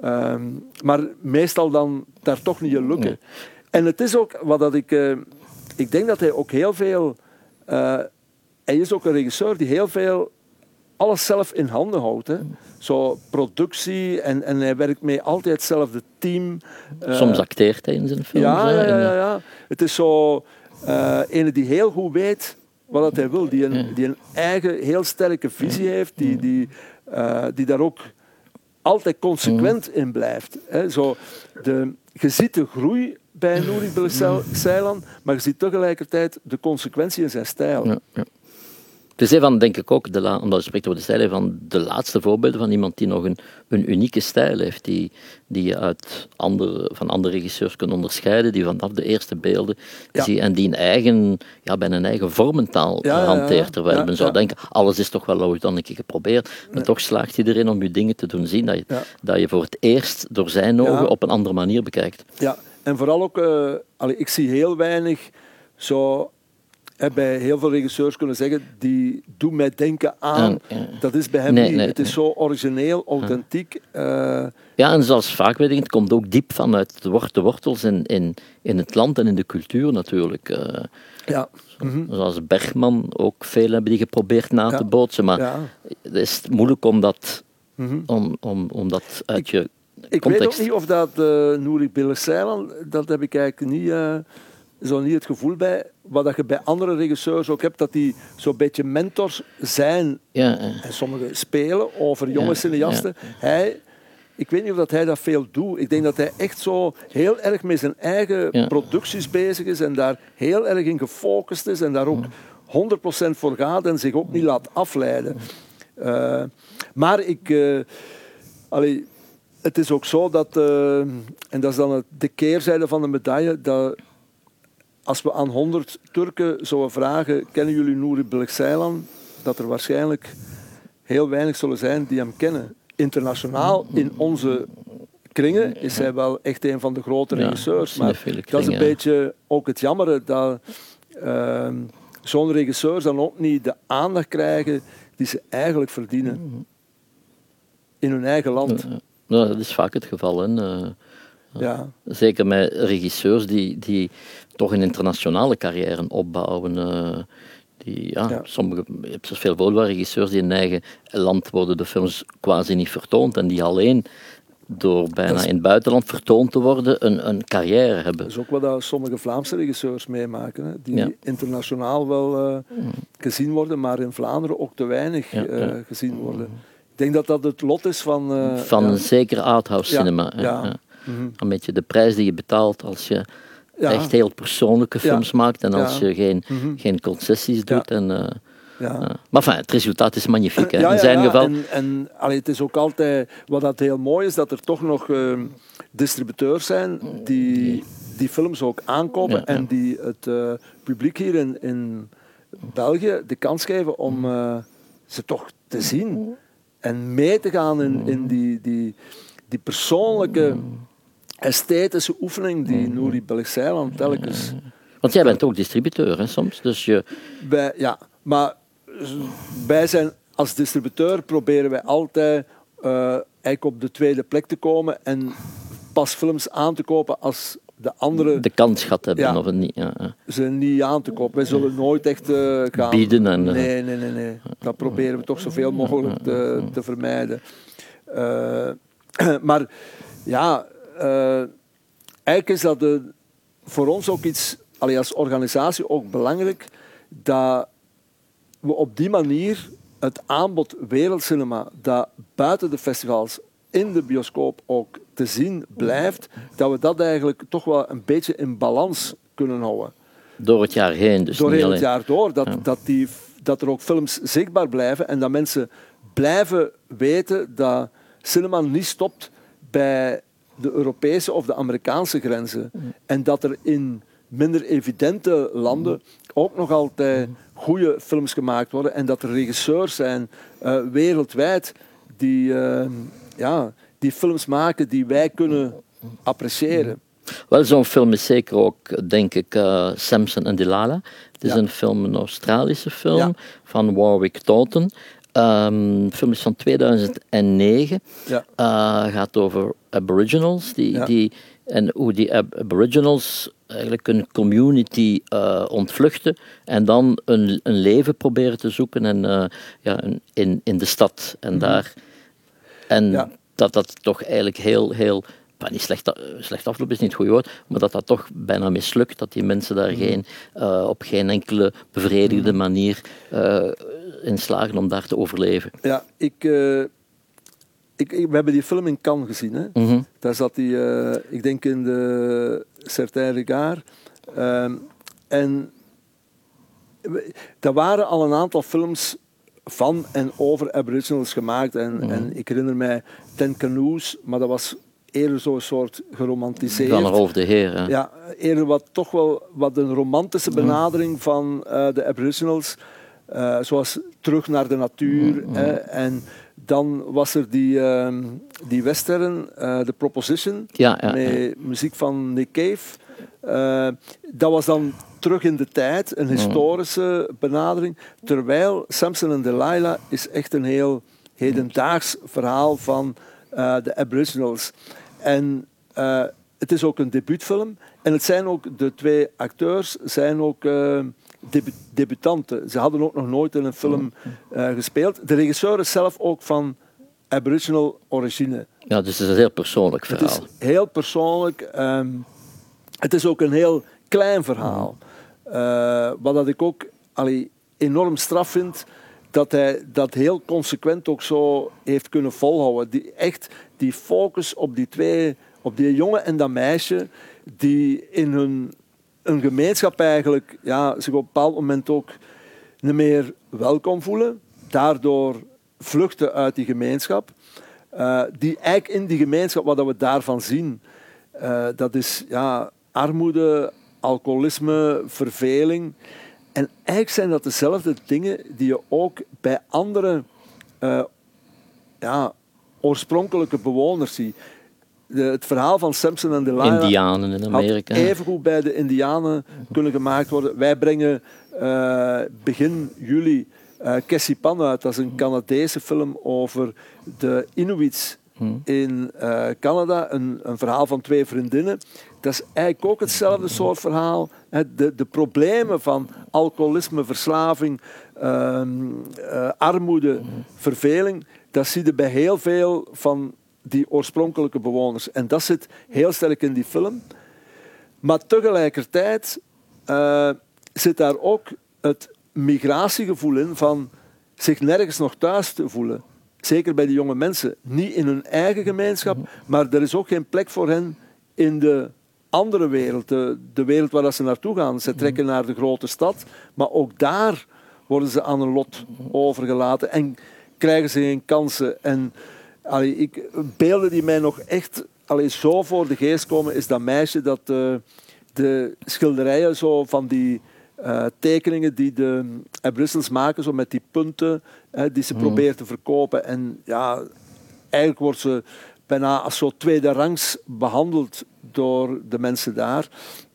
Um, maar meestal dan daar toch niet in lukken. Ja. En het is ook wat dat ik... Uh, ik denk dat hij ook heel veel... Uh, hij is ook een regisseur die heel veel alles zelf in handen houdt. Hè. Zo productie en, en hij werkt mee altijd hetzelfde team. Uh, Soms acteert hij in zijn films. Ja, ja, ja, ja, ja. Het is zo uh, ene die heel goed weet wat dat hij wil. Die een, die een eigen heel sterke visie heeft. Die, die, uh, die daar ook altijd consequent in blijft. Hè. Zo de, je ziet de groei bij Nuri Bilge Ceylan, maar je ziet tegelijkertijd de consequentie in zijn stijl. Ja, ja. Het is een van, denk ik ook, de la- omdat je spreekt over de stijl, van de laatste voorbeelden van iemand die nog een, een unieke stijl heeft, die, die je uit andere, van andere regisseurs kunt onderscheiden, die vanaf de eerste beelden ja. zie, en die een eigen, ja, bijna een eigen vormentaal ja, ja, hanteert. Terwijl ja, men zou ja. denken, alles is toch wel ooit dan een keer geprobeerd. Maar nee. toch slaagt hij erin om je dingen te doen zien, dat je, ja. dat je voor het eerst door zijn ogen ja. op een andere manier bekijkt. Ja, en vooral ook, uh, allee, ik zie heel weinig zo... Hè, bij heel veel regisseurs kunnen zeggen, die doen mij denken aan. Ja, ja. Dat is bij hem nee, niet. nee, het is nee. zo origineel, authentiek. Uh, ja, en zoals vaak weet ik, het komt ook diep vanuit de, wort- de wortels in, in, in het land en in de cultuur natuurlijk. Uh, ja. zo, mm-hmm. Zoals Bergman, ook veel hebben die geprobeerd na ja. te bootsen, maar ja. het is moeilijk om dat, mm-hmm. om, om, om dat uit ik, je ik context... weet ook niet of dat uh, Nuri Bilge Ceylan, dat heb ik eigenlijk niet... Uh, zo niet het gevoel bij, wat je bij andere regisseurs ook hebt, dat die zo'n beetje mentors zijn. Ja, ja. En sommigen spelen over jonge ja, cineasten. Ja. Hij, ik weet niet of dat hij dat veel doet. Ik denk dat hij echt zo heel erg met zijn eigen ja. producties bezig is en daar heel erg in gefocust is en daar ook honderd procent voor gaat en zich ook niet laat afleiden. Uh, maar ik... Uh, allee, het is ook zo dat, uh, en dat is dan de keerzijde van de medaille, dat als we aan honderd Turken zouden vragen, kennen jullie Nuri Bilge Ceylan? Dat er waarschijnlijk heel weinig zullen zijn die hem kennen. Internationaal, in onze kringen, is hij wel echt een van de grote regisseurs. Ja, maar kringen, dat is een ja. beetje ook het jammere, dat uh, zo'n regisseurs dan ook niet de aandacht krijgen die ze eigenlijk verdienen. In hun eigen land. Ja, ja. Dat is vaak het geval, hè. Uh, ja. Zeker met regisseurs die... die toch een internationale carrière opbouwen. Uh, die, ja, ja. Sommige, je hebt dus veel voorbeelden regisseurs die in hun eigen land worden de films quasi niet vertoond en die alleen door bijna is, in het buitenland vertoond te worden een, een carrière hebben. Dat is ook wat sommige Vlaamse regisseurs meemaken, hè, die ja. internationaal wel uh, gezien worden, maar in Vlaanderen ook te weinig ja, uh, ja. gezien worden. Ik denk dat dat het lot is van... Uh, van ja. een zeker arthouse ja, cinema. Ja. Ja. Ja. Mm-hmm. Een beetje de prijs die je betaalt als je ja. echt heel persoonlijke films ja. maakt en als ja. je geen, mm-hmm. geen concessies doet. Ja. En, uh, Ja. Uh, maar enfin, het resultaat is magnifiek. Hè. Ja, In zijn ja, ja. geval. En, en allee, het is ook altijd, wat dat heel mooi is, dat er toch nog uh, distributeurs zijn die die films ook aankopen ja, ja. en die het uh, publiek hier in, in België de kans geven om uh, ze toch te zien en mee te gaan in, in die, die, die persoonlijke esthetische oefening die Nouri Belgzijland telkens... Want jij bent ook distributeur, hè, soms? Dus je... wij, ja, maar wij zijn als distributeur proberen wij altijd uh, eigenlijk op de tweede plek te komen en pas films aan te kopen als de andere... De kans gehad hebben, ja, of het niet. Ja, ja. Ze niet aan te kopen. Wij zullen nooit echt uh, gaan... bieden en... Nee, nee, nee, nee. Dat proberen we toch zoveel mogelijk te, te vermijden. Uh, maar ja, uh, eigenlijk is dat de, voor ons ook iets, allee, als organisatie ook belangrijk, dat we op die manier het aanbod wereldcinema, dat buiten de festivals in de bioscoop ook te zien blijft, dat we dat eigenlijk toch wel een beetje in balans kunnen houden. Door het jaar heen. Dus door niet heel alleen. het jaar door. Dat, Ja. dat, die, dat er ook films zichtbaar blijven en dat mensen blijven weten dat cinema niet stopt bij de Europese of de Amerikaanse grenzen. En dat er in minder evidente landen ook nog altijd goede films gemaakt worden en dat er regisseurs zijn uh, wereldwijd die, uh, ja, die films maken die wij kunnen appreciëren. Wel, zo'n film is zeker ook, denk ik, uh, Samson en Delilah. Het is Ja. een film, een Australische film Ja. van Warwick Thornton. Um, de film is van tweeduizend negen. Ja. Uh, gaat over aboriginals die, Ja. die, en hoe die ab- aboriginals eigenlijk een community uh, ontvluchten en dan een, een leven proberen te zoeken en, uh, ja, een- in, in de stad. En, Mm-hmm. daar, en Ja. dat dat toch eigenlijk heel... heel maar niet slecht, slecht afloop is niet het goede woord, maar dat dat toch bijna mislukt, dat die mensen daar geen, uh, op geen enkele bevredigende manier uh, in slagen om daar te overleven. Ja, ik, uh, ik, ik, we hebben die film in Cannes gezien. Hè? Mm-hmm. Daar zat die, uh, ik denk in de Certain Regard. Um, en we, er waren al een aantal films van en over Aboriginals gemaakt. En, Mm-hmm. en ik herinner mij Ten Canoes, maar dat was eerder zo'n soort geromantiseerd. Van Rolf de Heer. Hè. Ja, eerder wat, toch wel wat een romantische benadering van uh, de Aboriginals. Uh, zoals Terug naar de natuur. Mm-hmm. Hè, en dan was er die, uh, die western, uh, The Proposition, Ja, ja, met ja. muziek van Nick Cave. Uh, dat was dan terug in de tijd, een historische benadering. Terwijl Samson en Delilah is echt een heel hedendaags verhaal van uh, de Aboriginals. En uh, het is ook een debuutfilm. En het zijn ook, de twee acteurs zijn ook uh, debu- debutanten. Ze hadden ook nog nooit in een film uh, gespeeld. De regisseur is zelf ook van Aboriginal origine. Ja, dus het is een heel persoonlijk Het verhaal. is heel persoonlijk. Um, het is ook een heel klein verhaal. Uh, wat dat ik ook allee, enorm straf vind, dat hij dat heel consequent ook zo heeft kunnen volhouden. Die, echt die focus op die twee, op die jongen en dat meisje, die in hun, hun gemeenschap eigenlijk ja, zich op een bepaald moment ook niet meer welkom voelen. Daardoor vluchten uit die gemeenschap. Uh, die eigenlijk in die gemeenschap, wat we daarvan zien, uh, dat is ja, armoede, alcoholisme, verveling. En eigenlijk zijn dat dezelfde dingen die je ook bij andere uh, ja, oorspronkelijke bewoners ziet. De, het verhaal van Samson en Delilah Indianen in Amerika. had evengoed bij de Indianen kunnen gemaakt worden. Wij brengen uh, begin juli uh, Kessipan uit. Dat is een Canadese film over de Inuits in uh, Canada. Een, een verhaal van twee vriendinnen. Dat is eigenlijk ook hetzelfde soort verhaal. De, de problemen van alcoholisme, verslaving, uh, uh, armoede, verveling, dat zie je bij heel veel van die oorspronkelijke bewoners. En dat zit heel sterk in die film. Maar tegelijkertijd uh, zit daar ook het migratiegevoel in van zich nergens nog thuis te voelen. Zeker bij die jonge mensen. Niet in hun eigen gemeenschap, maar er is ook geen plek voor hen in de andere wereld. De, de wereld waar ze naartoe gaan. Ze trekken naar de grote stad, maar ook daar worden ze aan hun lot overgelaten en krijgen ze geen kansen. En allee, ik, beelden die mij nog echt allee, zo voor de geest komen, is dat meisje dat uh, de schilderijen zo van die uh, tekeningen die de uh, Brussels maken, zo met die punten uh, die ze mm. probeert te verkopen. En ja, eigenlijk wordt ze bijna als zo tweede rangs behandeld door de mensen daar.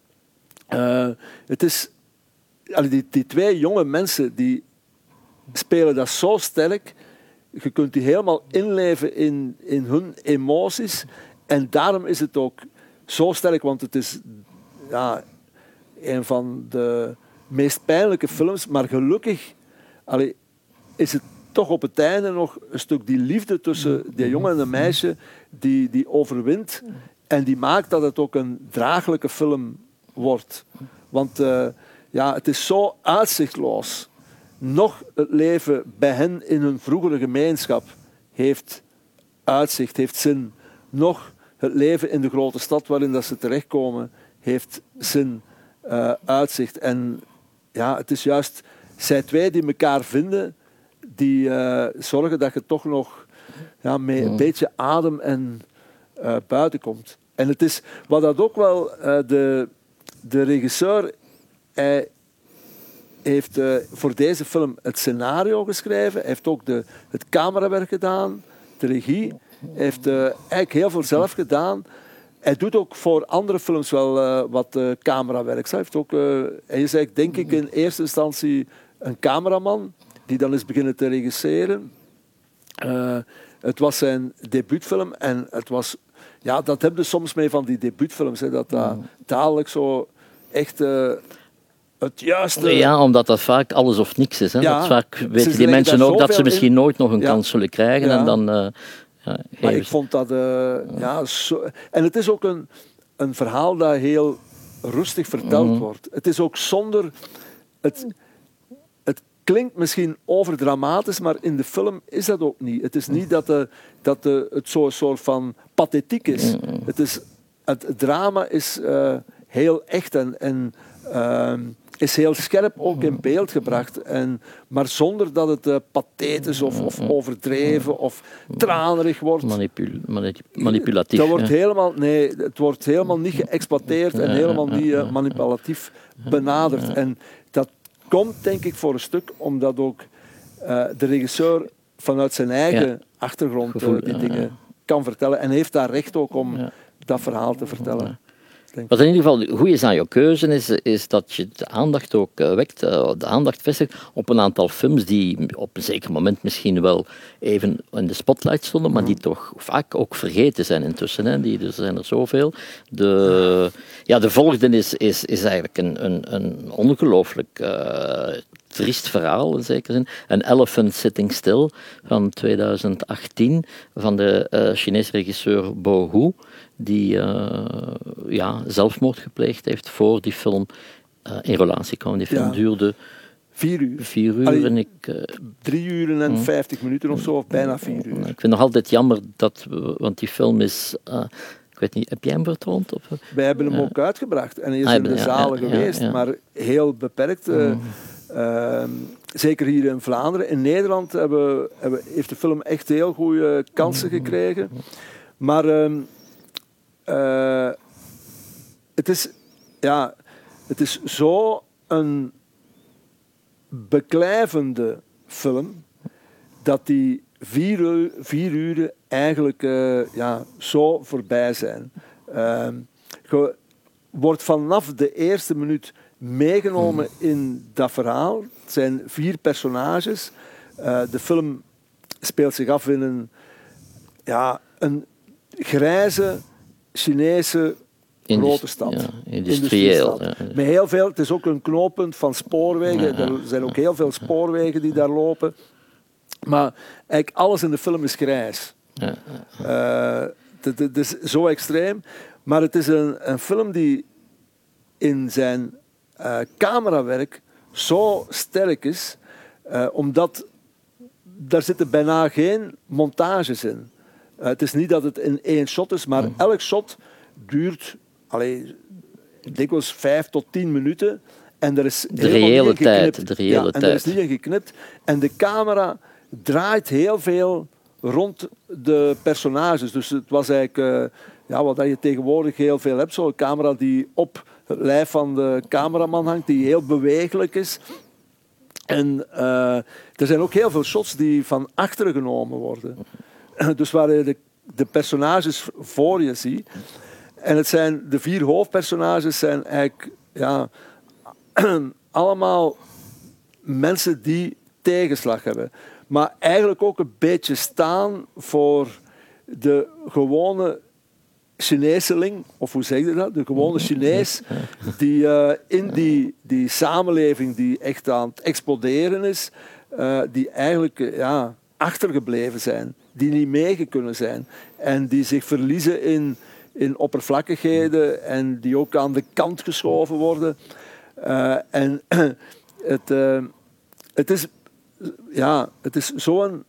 Uh, het is, allee, die, die twee jonge mensen die spelen dat zo sterk. Je kunt die helemaal inleven in, in hun emoties. En daarom is het ook zo sterk, want het is ja, een van de meest pijnlijke films. Maar gelukkig allee, is het toch op het einde nog een stuk die liefde tussen die jongen en de meisje die, die overwint. En die maakt dat het ook een draaglijke film wordt. Want uh, ja, het is zo uitzichtloos. Nog het leven bij hen in hun vroegere gemeenschap heeft uitzicht, heeft zin. Nog het leven in de grote stad waarin dat ze terechtkomen heeft zin, uh, uitzicht. En ja, het is juist zij twee die elkaar vinden, die uh, zorgen dat je toch nog ja, met een beetje adem en uh, buiten komt. En het is wat dat ook wel uh, de, de regisseur hij heeft uh, voor deze film het scenario geschreven, hij heeft ook de, het camerawerk gedaan, de regie, hij heeft uh, eigenlijk heel veel zelf gedaan. Hij doet ook voor andere films wel uh, wat uh, camerawerk. Hij, heeft ook, uh, hij is eigenlijk, denk ik, in eerste instantie een cameraman die dan is beginnen te regisseren. Uh, het was zijn debuutfilm en het was, ja, dat heb je soms mee van die debuutfilms, hè, dat dat dadelijk zo echt uh, het juiste... Ja, omdat dat vaak alles of niks is. Hè. Ja, dat vaak weten die mensen ook dat ze misschien in... nooit nog een ja. kans zullen krijgen Ja. en dan... Uh, ja, maar ik vond dat... Uh, ja. Ja, zo... En het is ook een, een verhaal dat heel rustig verteld mm. wordt. Het is ook zonder... Het, het klinkt misschien overdramatisch, maar in de film is dat ook niet. Het is niet dat, de, dat de, het zo'n soort van pathetiek is. Mm. Het, is het drama is uh, heel echt en... en uh, is heel scherp ook in beeld gebracht. En, maar zonder dat het uh, pathetisch of, of overdreven of tranerig wordt. Manipul- manip- manipulatief. Dat wordt ja. helemaal, nee, het wordt helemaal niet geëxploiteerd en helemaal niet uh, manipulatief benaderd. En dat komt denk ik voor een stuk omdat ook uh, de regisseur vanuit zijn eigen ja. achtergrond uh, die dingen kan vertellen. En heeft daar recht ook om ja. dat verhaal te vertellen. Wat in ieder geval goed is aan je keuze, is, is dat je de aandacht ook uh, wekt, uh, de aandacht vestigt op een aantal films die op een zeker moment misschien wel even in de spotlight stonden, maar die toch vaak ook vergeten zijn intussen. Hè. Die, er zijn er zoveel. De, ja, de volgende is, is, is eigenlijk een, een, een ongelooflijk uh, triest verhaal, in zekere zin. An Elephant Sitting Still van tweeduizend achttien van de uh, Chinese regisseur Bo Hu, die uh, ja, zelfmoord gepleegd heeft voor die film uh, in relatie kwam. Die film ja. duurde vier uur. Vier uur Allee, en ik, uh, drie uur en vijftig minuten of zo, of bijna vier uur. Ik vind het nog altijd jammer, dat, want die film is... Uh, ik weet niet, heb jij hem vertoond? Of? Wij hebben hem uh, ook uitgebracht en hij is ah, in de ja, zalen ja, geweest, ja, ja. maar heel beperkt. Uh, mm. uh, zeker hier in Vlaanderen. In Nederland hebben, hebben, heeft de film echt heel goede kansen gekregen. Maar... Uh, Uh, het is, ja, het is zo een beklijvende film dat die vier, uur, vier uren eigenlijk uh, ja, zo voorbij zijn. Uh, je wordt vanaf de eerste minuut meegenomen in dat verhaal. Het zijn vier personages. Uh, de film speelt zich af in een, ja, een grijze Chinese grote stad. Ja, industrieel. Ja. Met heel veel, het is ook een knooppunt van spoorwegen. Ja, ja. Er zijn ook heel veel spoorwegen die daar lopen. Maar eigenlijk alles in de film is grijs. Ja, ja. Uh, het, het is zo extreem. Maar het is een, een film die in zijn uh, camerawerk zo sterk is, uh, omdat daar zitten bijna geen montages in. Uh, het is niet dat het in één shot is, maar elk shot duurt allee, dikwijls vijf tot tien minuten. En er is de reële tijd. De reële ja, en tijd. er is niet in geknipt. En de camera draait heel veel rond de personages. Dus het was eigenlijk uh, ja, wat je tegenwoordig heel veel hebt. Zo'n camera die op het lijf van de cameraman hangt, die heel bewegelijk is. En uh, er zijn ook heel veel shots die van achteren genomen worden. Dus waar je de, de personages voor je ziet. En het zijn, de vier hoofdpersonages zijn eigenlijk ja, allemaal mensen die tegenslag hebben. Maar eigenlijk ook een beetje staan voor de gewone Chineeseling, of hoe zeg je dat? De gewone Chinees die uh, in die, die samenleving die echt aan het exploderen is, uh, die eigenlijk uh, ja, achtergebleven zijn, die niet mee kunnen zijn en die zich verliezen in, in oppervlakkigheden en die ook aan de kant geschoven worden. Uh, en het, uh, het is, ja, het is zo'n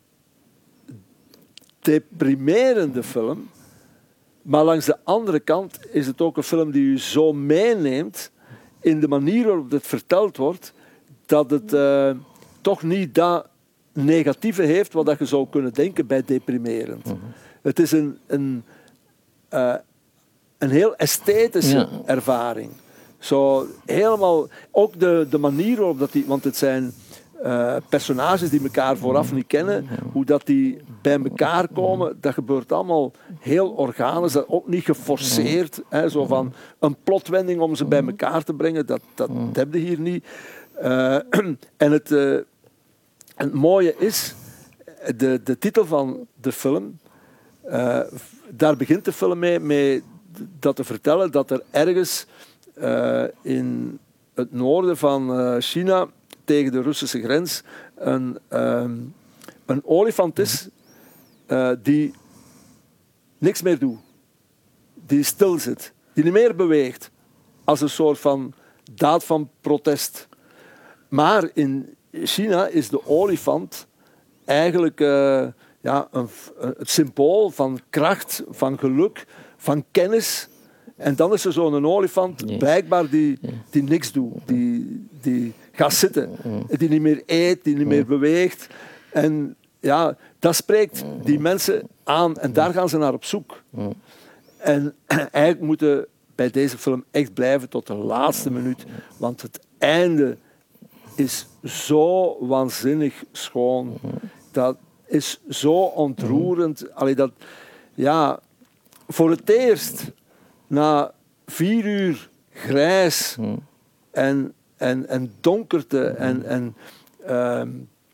deprimerende film. Maar langs de andere kant is het ook een film die u zo meeneemt in de manier waarop het verteld wordt, dat het uh, toch niet dat negatieve heeft wat je zou kunnen denken bij deprimerend. Mm-hmm. Het is een, een, uh, een heel esthetische ja. ervaring. Zo helemaal, ook de, de manier waarop dat die, want het zijn Uh, personages die elkaar vooraf niet kennen, hoe dat die bij elkaar komen, dat gebeurt allemaal heel organisch, dat ook niet geforceerd, hè, zo van een plotwending om ze bij elkaar te brengen, dat, dat, dat heb je hier niet. Uh, en het, uh, het mooie is, de, de titel van de film, uh, daar begint de film mee, mee dat te vertellen dat er ergens uh, in het noorden van uh, China tegen de Russische grens een, um, een olifant is uh, die niks meer doet. Die stil zit. Die niet meer beweegt. Als een soort van daad van protest. Maar in China is de olifant eigenlijk uh, ja, een, het symbool van kracht, van geluk, van kennis. En dan is er zo'n olifant, nee. blijkbaar, die, die niks doet. Die, die gaat zitten. Die niet meer eet, die niet meer beweegt. En ja, dat spreekt die mensen aan. En daar gaan ze naar op zoek. En eigenlijk moeten bij deze film echt blijven tot de laatste minuut. Want het einde is zo waanzinnig schoon. Dat is zo ontroerend. Allee, dat, ja, voor het eerst... Na vier uur grijs en, en, en donkerte en, en uh,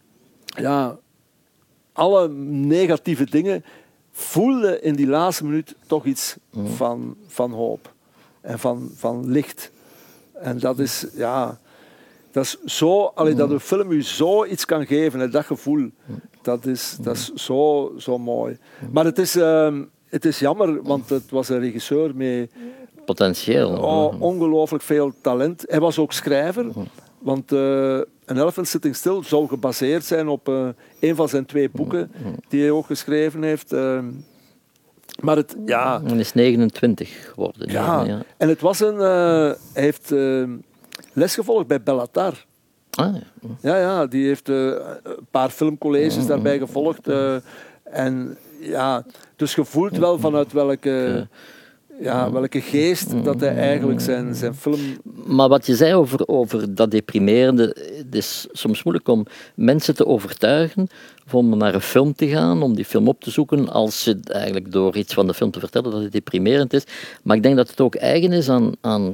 ja, alle negatieve dingen, voelde in die laatste minuut toch iets van, van hoop en van, van licht. En dat is, ja, dat is zo, allee, dat een film u zoiets kan geven, en dat gevoel, dat is, dat is zo, zo mooi. Maar het is... Uh, Het is jammer, want het was een regisseur met... Potentieel. Oh, ongelooflijk veel talent. Hij was ook schrijver, want uh, An Elephant Sitting Still zou gebaseerd zijn op uh, een van zijn twee boeken die hij ook geschreven heeft. Uh, maar het, ja... Hij is negenentwintig geworden. Ja, ja. En het was een... Uh, hij heeft uh, les gevolgd bij Bellatar. Ah, ja. Ja, ja, die heeft uh, een paar filmcolleges daarbij gevolgd. Uh, en... Ja, dus je voelt wel vanuit welke, ja, welke geest dat hij eigenlijk zijn, zijn film... Maar wat je zei over, over dat deprimerende, het is soms moeilijk om mensen te overtuigen om naar een film te gaan, om die film op te zoeken, als je eigenlijk door iets van de film te vertellen dat het deprimerend is. Maar ik denk dat het ook eigen is aan, aan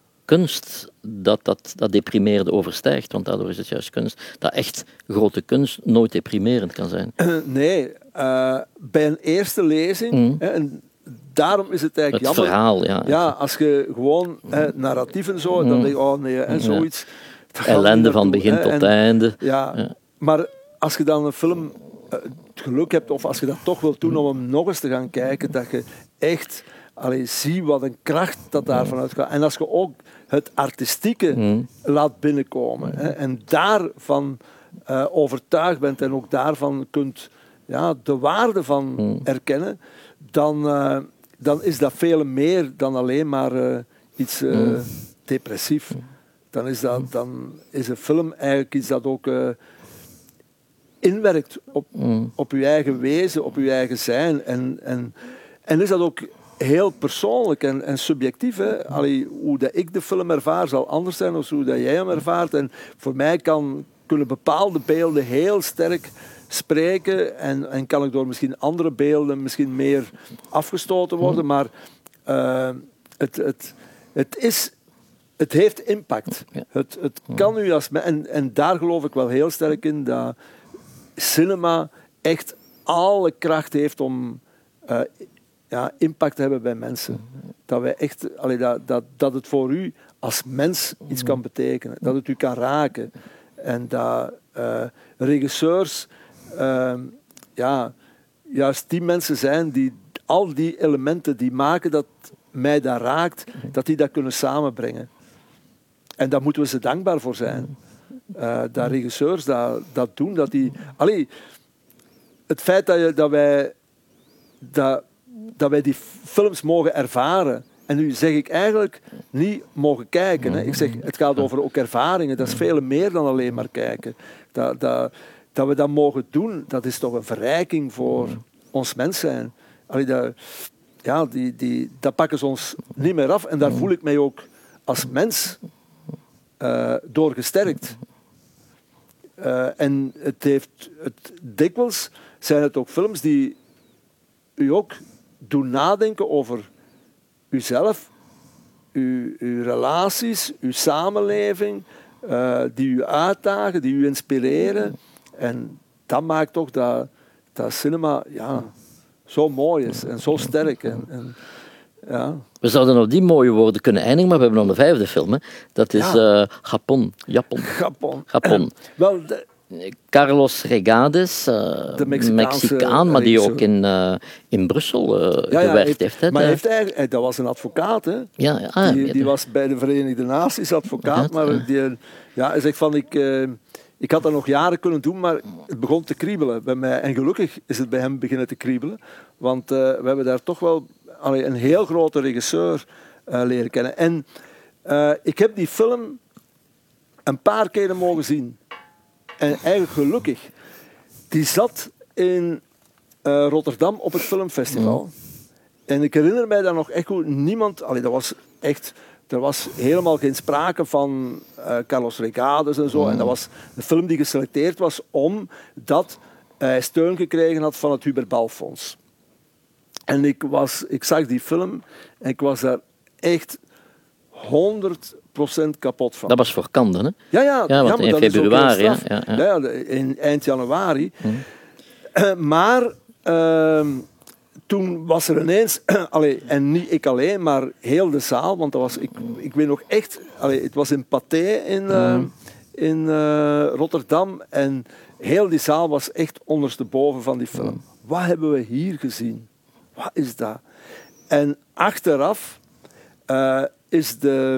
kunst dat, dat dat deprimerende overstijgt, want daardoor is het juist kunst. Dat echt grote kunst nooit deprimerend kan zijn. Nee, uh, bij een eerste lezing, mm. hè, en daarom is het eigenlijk het jammer. Verhaal, ja. Ja, als je gewoon hè, narratief en zo, mm. dan denk je, oh nee, en zoiets. Ja. Ellende van begin hè, tot en, einde. Ja, ja, maar als je dan een film uh, het geluk hebt, of als je dat toch wilt doen om hem nog eens te gaan kijken, dat je echt allee, ziet wat een kracht dat daarvan uitgaat. En als je ook het artistieke mm. laat binnenkomen hè, en daarvan uh, overtuigd bent en ook daarvan kunt ja, de waarde van mm. erkennen, dan, uh, dan is dat veel meer dan alleen maar uh, iets uh, mm. depressief. dan is, dat, dan is een film eigenlijk iets dat ook uh, inwerkt op, Mm. op je eigen wezen, op je eigen zijn. En, en, en is dat ook heel persoonlijk en, en subjectief. Hè? Allee, hoe dat ik de film ervaar zal anders zijn dan hoe dat jij hem ervaart. En voor mij kan, kunnen bepaalde beelden heel sterk spreken en, en kan ik door misschien andere beelden misschien meer afgestoten worden. Maar uh, het, het, het, is, het heeft impact. Het, het kan u als... En, en daar geloof ik wel heel sterk in dat cinema echt alle kracht heeft om uh, ja, impact te hebben bij mensen. Dat, wij echt, allee, dat, dat, dat het voor u als mens iets kan betekenen. Dat het u kan raken. En dat uh, regisseurs uh, ja, juist die mensen zijn die al die elementen die maken dat mij dat raakt, dat die dat kunnen samenbrengen. En daar moeten we ze dankbaar voor zijn. Uh, dat regisseurs dat, dat doen. Dat die, allee, het feit dat, je, dat, wij, dat, dat wij die films mogen ervaren. En nu zeg ik eigenlijk niet mogen kijken. Hè. Ik zeg, het gaat over ook ervaringen. Dat is veel meer dan alleen maar kijken. Dat, dat, dat we dat mogen doen, dat is toch een verrijking voor ons mens zijn. Allee, dat, ja, die, die, dat pakken ze ons niet meer af. En daar voel ik mij ook als mens uh, door gesterkt. Uh, en het heeft het, dikwijls zijn het ook films die u ook doen nadenken over uzelf, uw, uw relaties, uw samenleving, uh, die u uitdagen, die u inspireren. En dat maakt toch dat, dat cinema ja, zo mooi is en zo sterk. En, en, ja. We zouden op die mooie woorden kunnen eindigen, maar we hebben nog een vijfde film. Hè. Dat is ja. uh, Japon. Japon. Japon. Japon. Wel, de, Carlos Regades, uh, de Mexicaan, maar die ook in, uh, in Brussel uh, ja, ja, gewerkt heeft. heeft hè, maar hij heeft eigenlijk, dat was een advocaat. Hè. Ja, ja, ah, die, die was bij de Verenigde Naties advocaat, ja, maar die, ja, hij zegt van ik... Uh, Ik had dat nog jaren kunnen doen, maar het begon te kriebelen bij mij. En gelukkig is het bij hem beginnen te kriebelen. Want uh, we hebben daar toch wel allee, een heel grote regisseur uh, leren kennen. En uh, ik heb die film een paar keren mogen zien. En eigenlijk gelukkig. Die zat in uh, Rotterdam op het filmfestival. Mm. En ik herinner mij daar nog echt goed. Niemand... Allee, dat was echt... Er was helemaal geen sprake van uh, Carlos Regades en zo. Mm. En dat was een film die geselecteerd was omdat hij steun gekregen had van het Hubert Bal-fonds. En ik, was, ik zag die film en ik was daar echt honderd procent kapot van. Dat was voor Cannes, hè? Ja, ja, ja, want ja in februari. Ja, ja, ja. Ja, in eind januari. Mm. Uh, maar... Uh, Toen was er ineens, allee, en niet ik alleen, maar heel de zaal, want dat was, ik, ik weet nog echt, allee, het was in Pathé in, uh, in uh, Rotterdam en heel die zaal was echt ondersteboven van die film. Wat hebben we hier gezien? Wat is dat? En achteraf uh, is de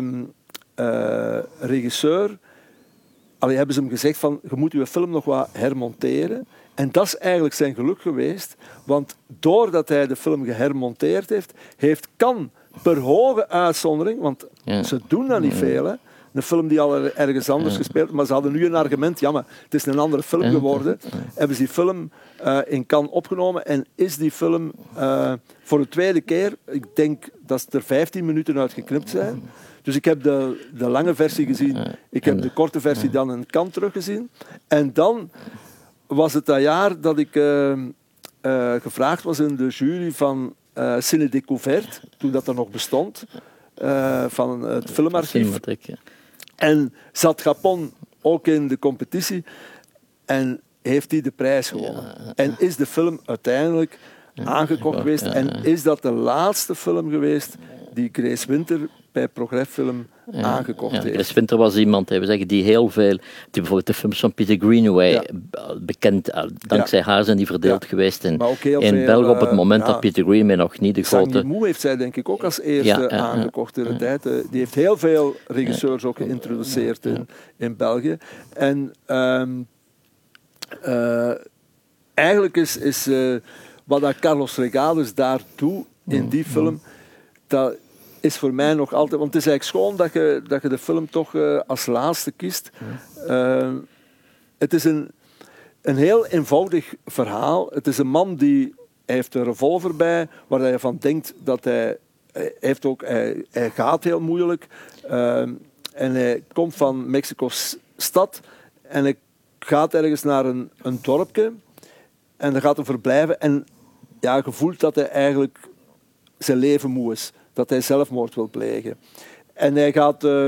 uh, regisseur, allee, hebben ze hem gezegd van, je moet je film nog wat hermonteren. En dat is eigenlijk zijn geluk geweest, want doordat hij de film gehermonteerd heeft, heeft Cannes per hoge uitzondering, want ja. ze doen dat niet veel, hè. Een film die al ergens anders ja. gespeeld, maar ze hadden nu een argument, ja, maar het is een andere film geworden. Ja. Hebben ze die film uh, in Cannes opgenomen en is die film uh, voor de tweede keer, ik denk dat er vijftien minuten uit geknipt zijn. Dus ik heb de, de lange versie gezien, ik heb de korte versie dan in Cannes teruggezien. En dan was het dat jaar dat ik uh, uh, gevraagd was in de jury van uh, Cine Découverte, toen dat er nog bestond, uh, van het filmarchief. Ja. En zat Japon ook in de competitie en heeft hij de prijs gewonnen. Ja. En is de film uiteindelijk ja, aangekocht geweest. Ja, ja. En is dat de laatste film geweest die Grace Winter bij Progreffilm ja, aangekocht ja, heeft. Grace Winter was iemand, we zeggen, die heel veel, die bijvoorbeeld de films van Peter Greenaway, ja. bekend, dankzij ja. haar zijn die verdeeld ja. geweest in, in België op het moment ja. dat Peter Greenaway nog niet de grote... Sang Yimou heeft zij denk ik ook als eerste ja, ja, aangekocht in de ja. tijd. Die heeft heel veel regisseurs ook geïntroduceerd in, in België. En um, uh, eigenlijk is, is uh, wat dat Carlos Regades daar doet in die film, dat is voor mij nog altijd... Want het is eigenlijk schoon dat je, dat je de film toch uh, als laatste kiest. Uh, het is een, een heel eenvoudig verhaal. Het is een man die... Hij heeft een revolver bij, waar hij van denkt dat hij... Hij, heeft ook, hij, hij gaat heel moeilijk. Uh, en hij komt van Mexico-stad. En hij gaat ergens naar een, een dorpje. En dan gaat hij verblijven. En ja, je voelt dat hij eigenlijk zijn leven moe is. Dat hij zelfmoord wil plegen. En hij gaat... Uh,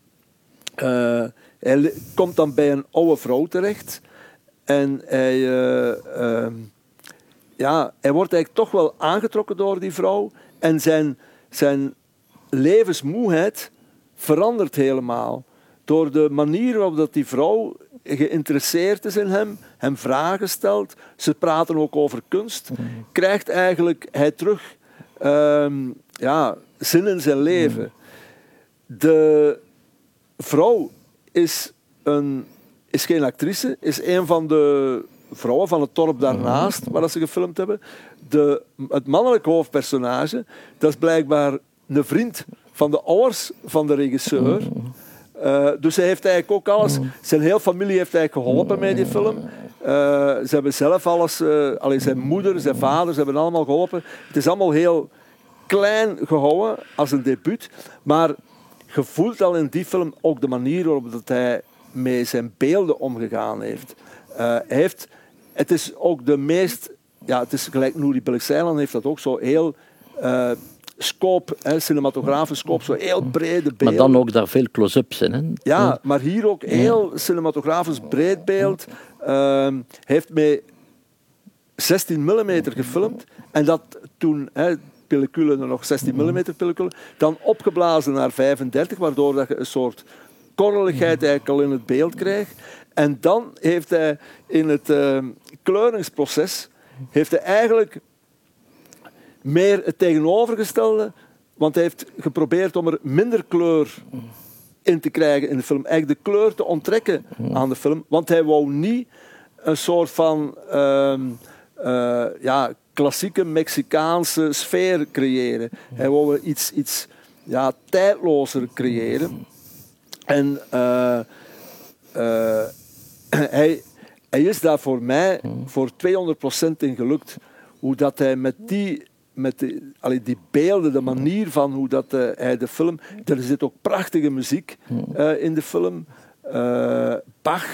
uh, hij komt dan bij een oude vrouw terecht. En hij... Uh, uh, ja, hij wordt eigenlijk toch wel aangetrokken door die vrouw. En zijn, zijn levensmoeheid verandert helemaal. Door de manier waarop dat die vrouw geïnteresseerd is in hem, hem vragen stelt. Ze praten ook over kunst. Krijgt eigenlijk hij terug um, ja, zin in zijn leven. De vrouw is, een, is geen actrice, is een van de vrouwen van het dorp daarnaast, waar ze gefilmd hebben. De, het mannelijke hoofdpersonage, dat is blijkbaar een vriend van de ouders van de regisseur. Uh, dus hij heeft eigenlijk ook alles... Zijn hele familie heeft eigenlijk geholpen met die film. Uh, ze hebben zelf alles... Uh, allee, zijn moeder, zijn vader, ze hebben allemaal geholpen. Het is allemaal heel klein gehouden als een debuut. Maar je voelt al in die film ook de manier waarop dat hij met zijn beelden omgegaan heeft. Uh, hij heeft... Het is ook de meest... Ja, het is gelijk Nouri Bilek-Ceylan heeft dat ook zo heel... Uh, scope, hè, cinematografisch scope, zo heel brede beelden. Maar dan ook daar veel close-ups in. Hè? Ja, maar hier ook heel cinematografisch breed beeld. Uh, heeft met zestien millimeter gefilmd. En dat toen, hè, pellicule, nog zestien millimeter pellicule, dan opgeblazen naar vijfendertig, waardoor dat je een soort korreligheid eigenlijk al in het beeld krijgt. En dan heeft hij in het uh, kleuringsproces, heeft hij eigenlijk meer het tegenovergestelde, want hij heeft geprobeerd om er minder kleur in te krijgen in de film. Eigenlijk de kleur te onttrekken aan de film, want hij wou niet een soort van uh, uh, ja, klassieke Mexicaanse sfeer creëren. Hij wou iets, iets ja, tijdlozer creëren. En uh, uh, hij, hij is daar voor mij voor tweehonderd procent in gelukt. Hoe dat hij met die... Met die, allee, die beelden, de manier van hoe dat, uh, hij de film... Er zit ook prachtige muziek uh, in de film. Uh, Bach,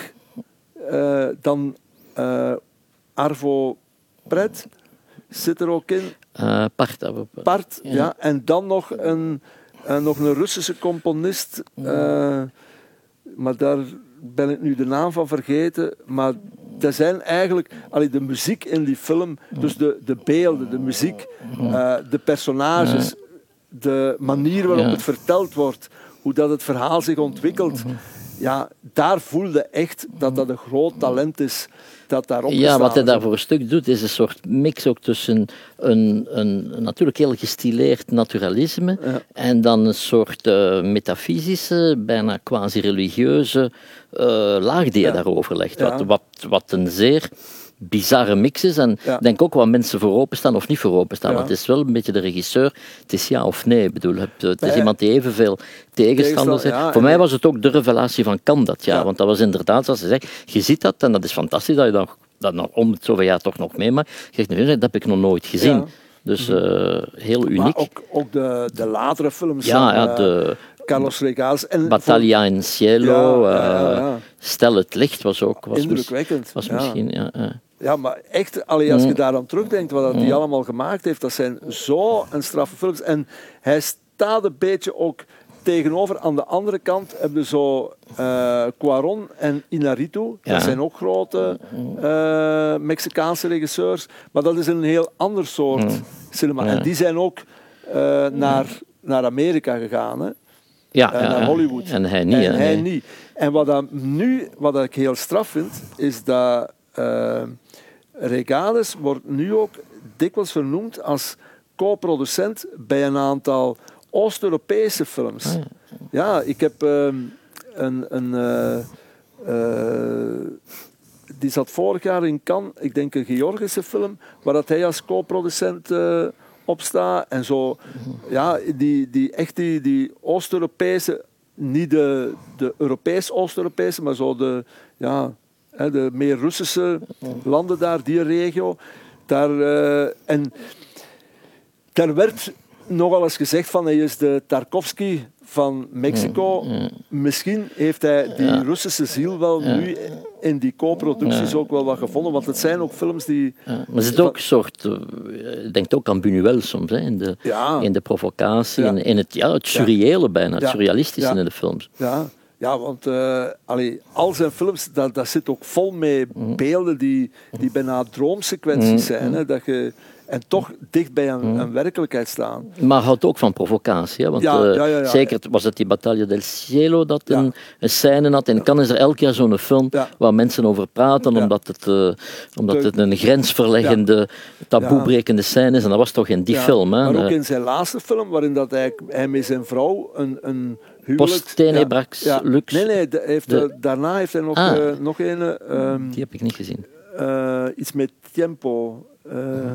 uh, dan uh, Arvo Pärt zit er ook in. Uh, Part, Part, ja. ja. En dan nog een, uh, nog een Russische componist. Uh, maar daar ben ik nu de naam van vergeten. Maar dat zijn eigenlijk allee, de muziek in die film, dus de, de beelden, de muziek, uh, de personages, de manier waarop het verteld wordt, hoe dat het verhaal zich ontwikkelt. Ja, daar voelde echt dat dat een groot talent is dat daarop Ja, wat hij daar voor een stuk doet, is een soort mix ook tussen een, een, een natuurlijk heel gestileerd naturalisme ja. en dan een soort uh, metafysische, bijna quasi-religieuze uh, laag die hij ja. daarover legt. Ja. Wat, wat, wat een zeer bizarre mix is. En ik ja. denk ook wat mensen voor openstaan of niet voor openstaan. Ja. Want het is wel een beetje de regisseur. Het is ja of nee. Ik bedoel, het is nee. iemand die evenveel tegenstanders heeft. Ja, voor mij was het ook de revelatie van kan dat. Ja. Ja. Want dat was inderdaad, zoals ze zegt, je ziet dat en dat is fantastisch dat je dat, dat nog om het zoveel jaar toch nog meemaakt. Je zegt, dat heb ik nog nooit gezien. Ja. Dus uh, heel uniek. Maar ook, ook de, de latere films. Ja, ja de... Carlos Regales. En Battaglia in Cielo. Ja, ja, ja, ja. Uh, Stel het licht was ook... Was indrukwekkend. Was ja. misschien, ja, ja. Ja, maar echt, allee, als je daar aan terugdenkt wat hij allemaal gemaakt heeft, dat zijn zo een straffe films. En hij staat een beetje ook tegenover. Aan de andere kant heb je zo uh, Cuarón en Iñárritu. Ja. Dat zijn ook grote uh, Mexicaanse regisseurs. Maar dat is een heel ander soort mm. cinema. Ja. En die zijn ook uh, naar, naar Amerika gegaan. Hè. Ja, uh, naar ja, Hollywood. En hij niet. En hij nee. niet. En wat, dat nu, wat dat ik heel straf vind, is dat uh, Regales wordt nu ook dikwijls vernoemd als co-producent bij een aantal Oost-Europese films. Ah, ja. ja, ik heb uh, een... een uh, uh, die zat vorig jaar in Cannes, ik denk een Georgische film, waar dat hij als co-producent uh, op staat. En zo, ja, die, die, echt die, die Oost-Europese, niet de, de Europees-Oost-Europese, maar zo de, ja, de meer Russische landen daar, die regio. Daar, uh, en daar werd nogal eens gezegd van hij is de Tarkovsky van Mexico. Ja, ja. Misschien heeft hij die ja. Russische ziel wel ja. nu in die co-producties ja. ook wel wat gevonden, want het zijn ook films die... Ja. Maar er zit ook een soort... Je denkt ook aan Buñuel soms, hè, in, de, ja. in de provocatie, ja. in, in het, ja, het surreële ja. bijna, het ja. surrealistische ja. in de films. Ja, ja want uh, allee, al zijn films, dat, dat zit ook vol met mm. beelden die, die bijna droomsequenties mm. zijn. Hè, dat je... En toch dicht bij een, een werkelijkheid staan. Maar houdt ook van provocatie. Hè? Want ja, uh, ja, ja, ja. zeker was het die Battaglia del Cielo dat ja. een, een scène had. En ja. kan is er elk jaar zo'n film ja. waar mensen over praten, ja. omdat, het, uh, omdat het een grensverleggende, ja. taboebrekende scène is. En dat was toch in die ja. film. Hè? Maar ook in zijn laatste film, waarin dat hij, hij met zijn vrouw een, een huwelijk... Post-Tenebrax ja. ja. Lux. Nee, nee, heeft, de... daarna heeft hij nog, ah. uh, nog een... Um, die heb ik niet gezien. Uh, iets met Tiempo... Uh,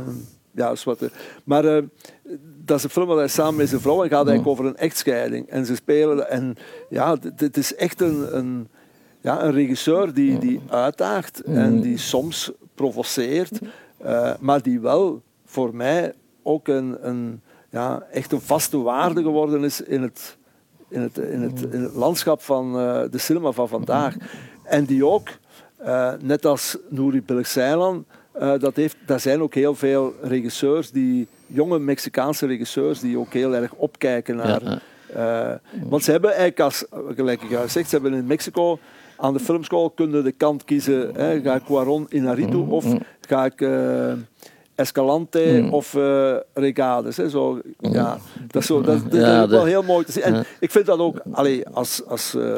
Ja, dat is wat. Maar uh, dat is een film waar hij samen met zijn vrouw en gaat eigenlijk over een echtscheiding. En ze spelen. En ja, het is echt een, een, ja, een regisseur die, die uitdaagt en die soms provoceert, uh, maar die wel voor mij ook een, een, ja, echt een vaste waarde geworden is in het, in het, in het, in het landschap van uh, de cinema van vandaag. En die ook, uh, net als Nouri Bilge Ceylan. Uh, dat, heeft, dat zijn ook heel veel regisseurs, die, jonge Mexicaanse regisseurs, die ook heel erg opkijken naar... Ja. Uh, want ze hebben eigenlijk, als, gelijk ik al zeg, ze hebben in Mexico aan de filmschool kunnen de kant kiezen. Hè, ga ik Cuarón Iñárritu mm, of mm. ga ik uh, Escalante mm. of uh, Regades. Hè, zo, ja, dat is, zo, dat, dat ja, is wel heel mooi te zien. En ja. ik vind dat ook, allee, als, als uh,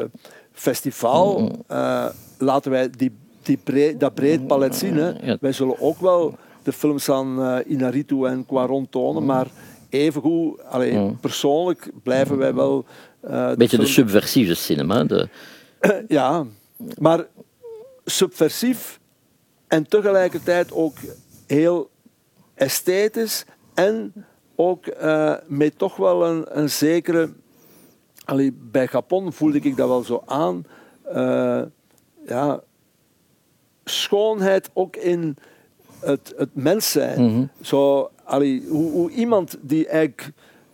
festival uh, laten wij die Die breed, dat breed palet zien. Hè. Ja. Wij zullen ook wel de films van uh, Iñárritu en Cuarón tonen, maar evengoed, allee, mm. persoonlijk blijven wij wel... Uh, Een beetje de, de subversieve cinema. De... ja, maar subversief en tegelijkertijd ook heel esthetisch en ook uh, met toch wel een, een zekere... Allee, bij Japon voelde ik dat wel zo aan. Uh, ja... schoonheid ook in het, het mens zijn. Mm-hmm. Zo, allee, hoe, hoe iemand die eigenlijk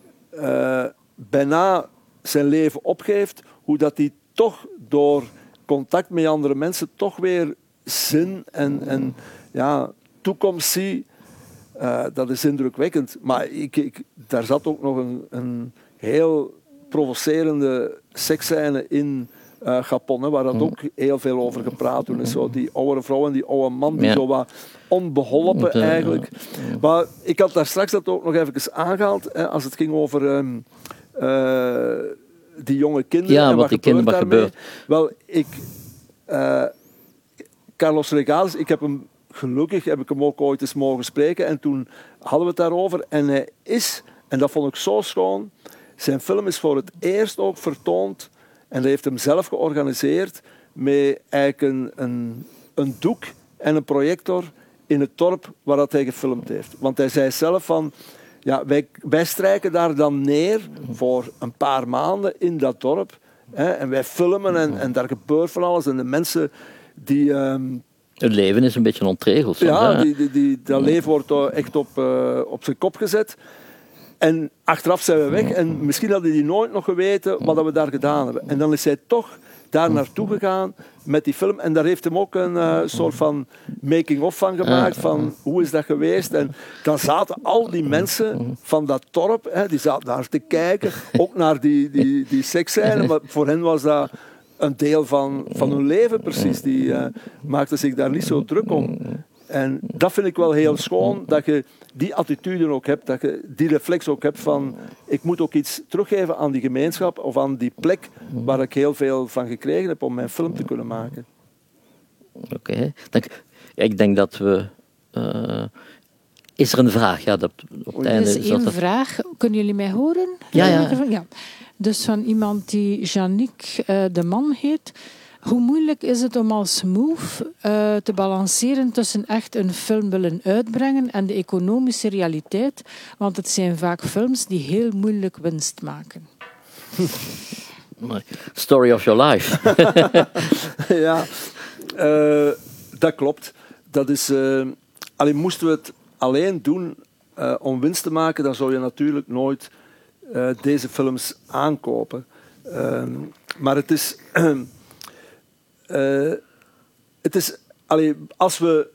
uh, bijna zijn leven opgeeft, hoe dat die toch door contact met andere mensen toch weer zin en, en ja, toekomst ziet, uh, dat is indrukwekkend. Maar ik, ik, daar zat ook nog een, een heel provocerende seksscène in Uh, Japon, hè, waar dat ook heel veel over gepraat wordt. Zo die oude vrouw en die oude man, die ja. zo wat onbeholpen eigenlijk. Maar ik had daar straks dat ook nog even aangehaald, hè, als het ging over um, uh, die jonge kinderen. Ja, en wat, wat die gebeurt kinderen daarmee. Gebeurt. Wel, ik... Uh, Carlos Regales, ik heb hem gelukkig, heb ik hem ook ooit eens mogen spreken en toen hadden we het daarover. En hij is, en dat vond ik zo schoon, zijn film is voor het eerst ook vertoond. En dat heeft hem zelf georganiseerd met eigenlijk een, een, een doek en een projector in het dorp waar dat hij gefilmd heeft. Want hij zei zelf van, ja, wij, wij strijken daar dan neer voor een paar maanden in dat dorp. Hè, en wij filmen en, en daar gebeurt van alles. En de mensen die... Um, het leven is een beetje ontregeld. Ja, die, die, die, dat leven wordt echt op, uh, op zijn kop gezet. En achteraf zijn we weg en misschien hadden die nooit nog geweten wat we daar gedaan hebben. En dan is hij toch daar naartoe gegaan met die film. En daar heeft hem ook een uh, soort van making-of van gemaakt, van hoe is dat geweest. En dan zaten al die mensen van dat dorp, hè, die zaten daar te kijken, ook naar die, die, die seksscène. Maar voor hen was dat een deel van, van hun leven precies. Die uh, maakten zich daar niet zo druk om. En dat vind ik wel heel schoon, dat je die attitude ook hebt, dat je die reflex ook hebt van ik moet ook iets teruggeven aan die gemeenschap of aan die plek waar ik heel veel van gekregen heb om mijn film te kunnen maken. Oké, okay. Ik denk dat we... Uh, is er een vraag? Ja, dat, op het einde er is één dat... vraag. Kunnen jullie mij horen? Ja, ja. ja. Dus van iemand die Yannick uh, de Man heet. Hoe moeilijk is het om als Move uh, te balanceren tussen echt een film willen uitbrengen en de economische realiteit? Want het zijn vaak films die heel moeilijk winst maken. Story of your life. Ja, uh, dat klopt. Dat is, uh, alleen moesten we het alleen doen uh, om winst te maken, dan zou je natuurlijk nooit uh, deze films aankopen. Uh, maar het is... Uh, het is allee, als we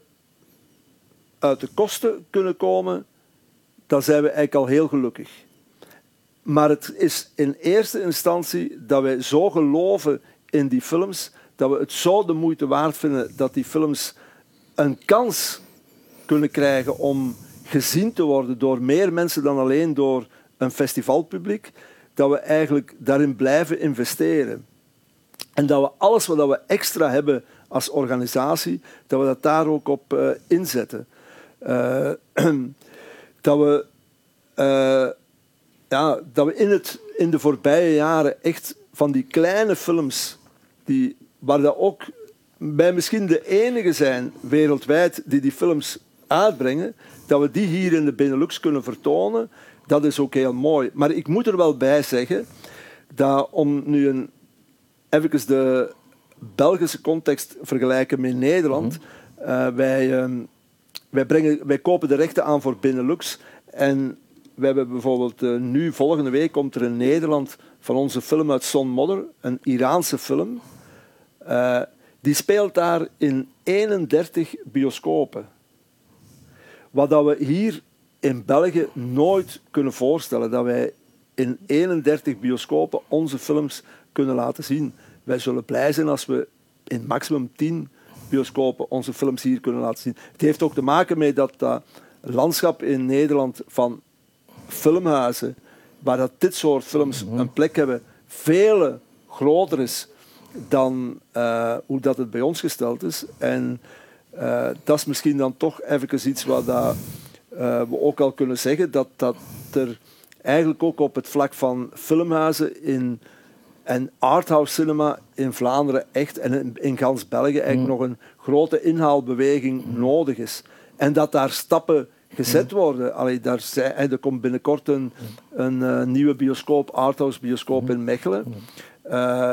uit de kosten kunnen komen, dan zijn we eigenlijk al heel gelukkig. Maar het is in eerste instantie dat wij zo geloven in die films, dat we het zo de moeite waard vinden dat die films een kans kunnen krijgen om gezien te worden door meer mensen dan alleen door een festivalpubliek, dat we eigenlijk daarin blijven investeren. En dat we alles wat we extra hebben als organisatie, dat we dat daar ook op uh, inzetten. Uh, dat, we, uh, ja, dat we in, het, in de voorbije jaren echt van die kleine films, die, waar dat ook wij misschien de enige zijn wereldwijd die die films uitbrengen, dat we die hier in de Benelux kunnen vertonen, dat is ook heel mooi. Maar ik moet er wel bij zeggen, dat om nu een even de Belgische context vergelijken met Nederland. Uh, wij, um, wij, brengen, wij kopen de rechten aan voor Benelux. En we hebben bijvoorbeeld uh, nu, volgende week, komt er in Nederland van onze film uit Son Modder, een Iraanse film. Uh, die speelt daar in eenendertig bioscopen. Wat dat we hier in België nooit kunnen voorstellen, dat wij in eenendertig bioscopen onze films kunnen laten zien. Wij zullen blij zijn als we in maximum tien bioscopen onze films hier kunnen laten zien. Het heeft ook te maken met dat dat landschap in Nederland van filmhuizen, waar dat dit soort films een plek hebben, veel groter is dan uh, hoe dat het bij ons gesteld is. En uh, dat is misschien dan toch even iets wat dat, uh, we ook al kunnen zeggen, dat, dat er eigenlijk ook op het vlak van filmhuizen in, en arthouse cinema in Vlaanderen echt, en in, in gans België eigenlijk mm. nog een grote inhaalbeweging mm. nodig is. En dat daar stappen gezet worden. Allee, daar zijn, er komt binnenkort een, een uh, nieuwe bioscoop, arthouse bioscoop in Mechelen. Uh,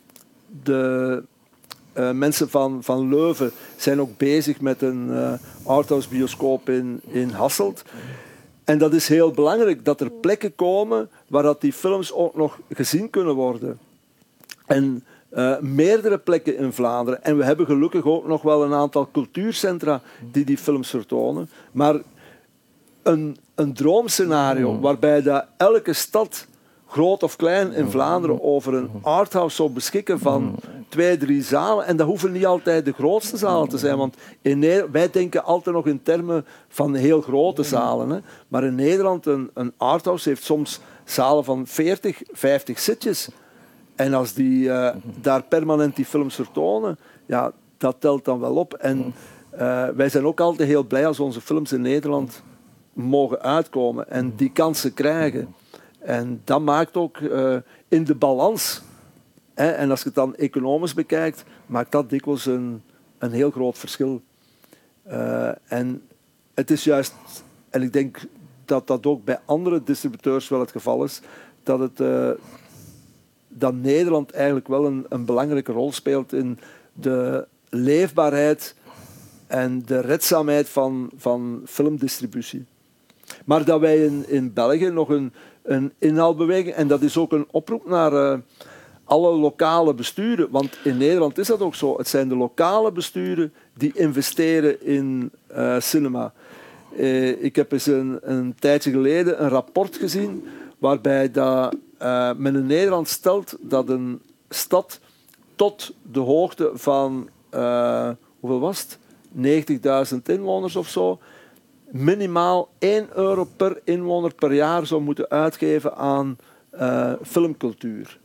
de uh, mensen van, van Leuven zijn ook bezig met een uh, arthouse bioscoop in, in Hasselt. En dat is heel belangrijk, dat er plekken komen waar dat die films ook nog gezien kunnen worden. En uh, meerdere plekken in Vlaanderen. En we hebben gelukkig ook nog wel een aantal cultuurcentra die die films vertonen. Maar een, een droomscenario waarbij dat elke stad, groot of klein in Vlaanderen, over een arthouse zou beschikken van twee, drie zalen. En dat hoeven niet altijd de grootste zalen te zijn, want in Nederland, wij denken altijd nog in termen van heel grote zalen. Hè. Maar in Nederland, een, een arthouse heeft soms zalen van veertig, vijftig zitjes. En als die uh, daar permanent die films vertonen, ja, dat telt dan wel op. En uh, wij zijn ook altijd heel blij als onze films in Nederland mogen uitkomen en die kansen krijgen. En dat maakt ook uh, in de balans, hè, en als je het dan economisch bekijkt, maakt dat dikwijls een, een heel groot verschil. Uh, en het is juist, en ik denk dat dat ook bij andere distributeurs wel het geval is, dat, het, uh, dat Nederland eigenlijk wel een, een belangrijke rol speelt in de leefbaarheid en de redzaamheid van, van filmdistributie. Maar dat wij in, in België nog een, een inhaalbeweging, en dat is ook een oproep naar uh, alle lokale besturen, want in Nederland is dat ook zo. Het zijn de lokale besturen die investeren in uh, cinema. Uh, ik heb eens een, een tijdje geleden een rapport gezien waarbij dat, uh, men in Nederland stelt dat een stad tot de hoogte van, uh, hoeveel was het? negentigduizend inwoners of zo, minimaal één euro per inwoner per jaar zou moeten uitgeven aan uh, filmcultuur.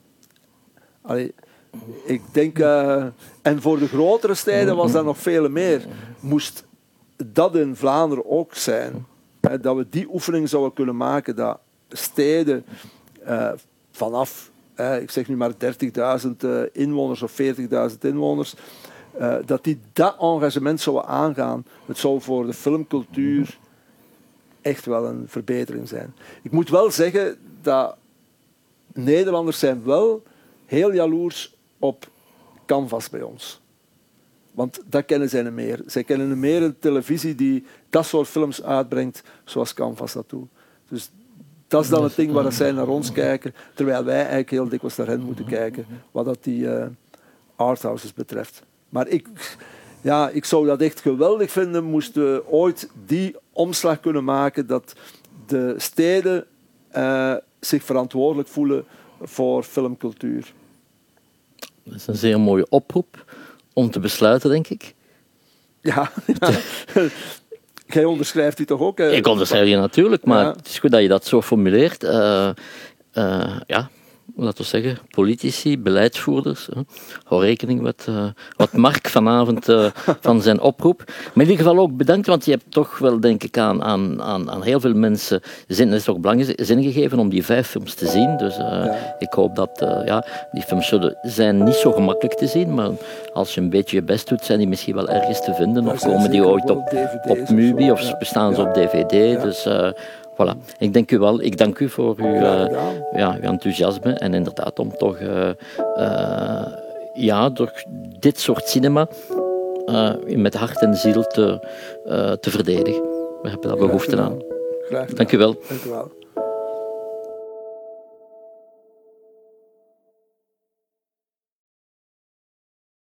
Allee, ik denk, uh, en voor de grotere steden was dat nog veel meer. Moest dat in Vlaanderen ook zijn, hè, dat we die oefening zouden kunnen maken, dat steden uh, vanaf eh, ik zeg nu maar dertigduizend uh, inwoners of veertigduizend inwoners, uh, dat die dat engagement zouden aangaan. Het zou voor de filmcultuur echt wel een verbetering zijn. Ik moet wel zeggen dat Nederlanders zijn wel heel jaloers op Canvas bij ons. Want dat kennen zij niet meer. Zij kennen niet meer een televisie die dat soort films uitbrengt zoals Canvas dat doet. Dus dat is dan het ding waar dat zij naar ons kijken, terwijl wij eigenlijk heel dikwijls naar hen moeten kijken, wat dat die uh, arthouses betreft. Maar ik, ja, ik zou dat echt geweldig vinden, moesten we ooit die omslag kunnen maken dat de steden uh, zich verantwoordelijk voelen voor filmcultuur. Dat is een zeer mooie oproep om te besluiten, denk ik. Ja, ja. Jij onderschrijft die toch ook? Hè? Ik onderschrijf die natuurlijk, maar ja. Het is goed dat je dat zo formuleert. Uh, uh, ja, laten we zeggen, politici, beleidsvoerders. Hè. Hou rekening met uh, wat Mark vanavond uh, van zijn oproep. Maar in ieder geval ook bedankt, want je hebt toch wel, denk ik, aan, aan, aan, aan heel veel mensen zin, het is toch belangrijk, zin gegeven om die vijf films te zien. Dus uh, ja. ik hoop dat uh, ja, die films zullen, zijn niet zo gemakkelijk te zien, maar als je een beetje je best doet, zijn die misschien wel ergens te vinden. Ja, of komen die ooit op, op Mubi of, of bestaan ze ja. op D V D. Ja. Dus uh, voilà. Ik dank u wel. Ik dank u voor uw, uh, ja, uw enthousiasme en inderdaad om toch uh, uh, ja, door dit soort cinema uh, met hart en ziel te, uh, te verdedigen. We hebben daar behoefte aan. Graag gedaan. Dank u wel. Dank u wel.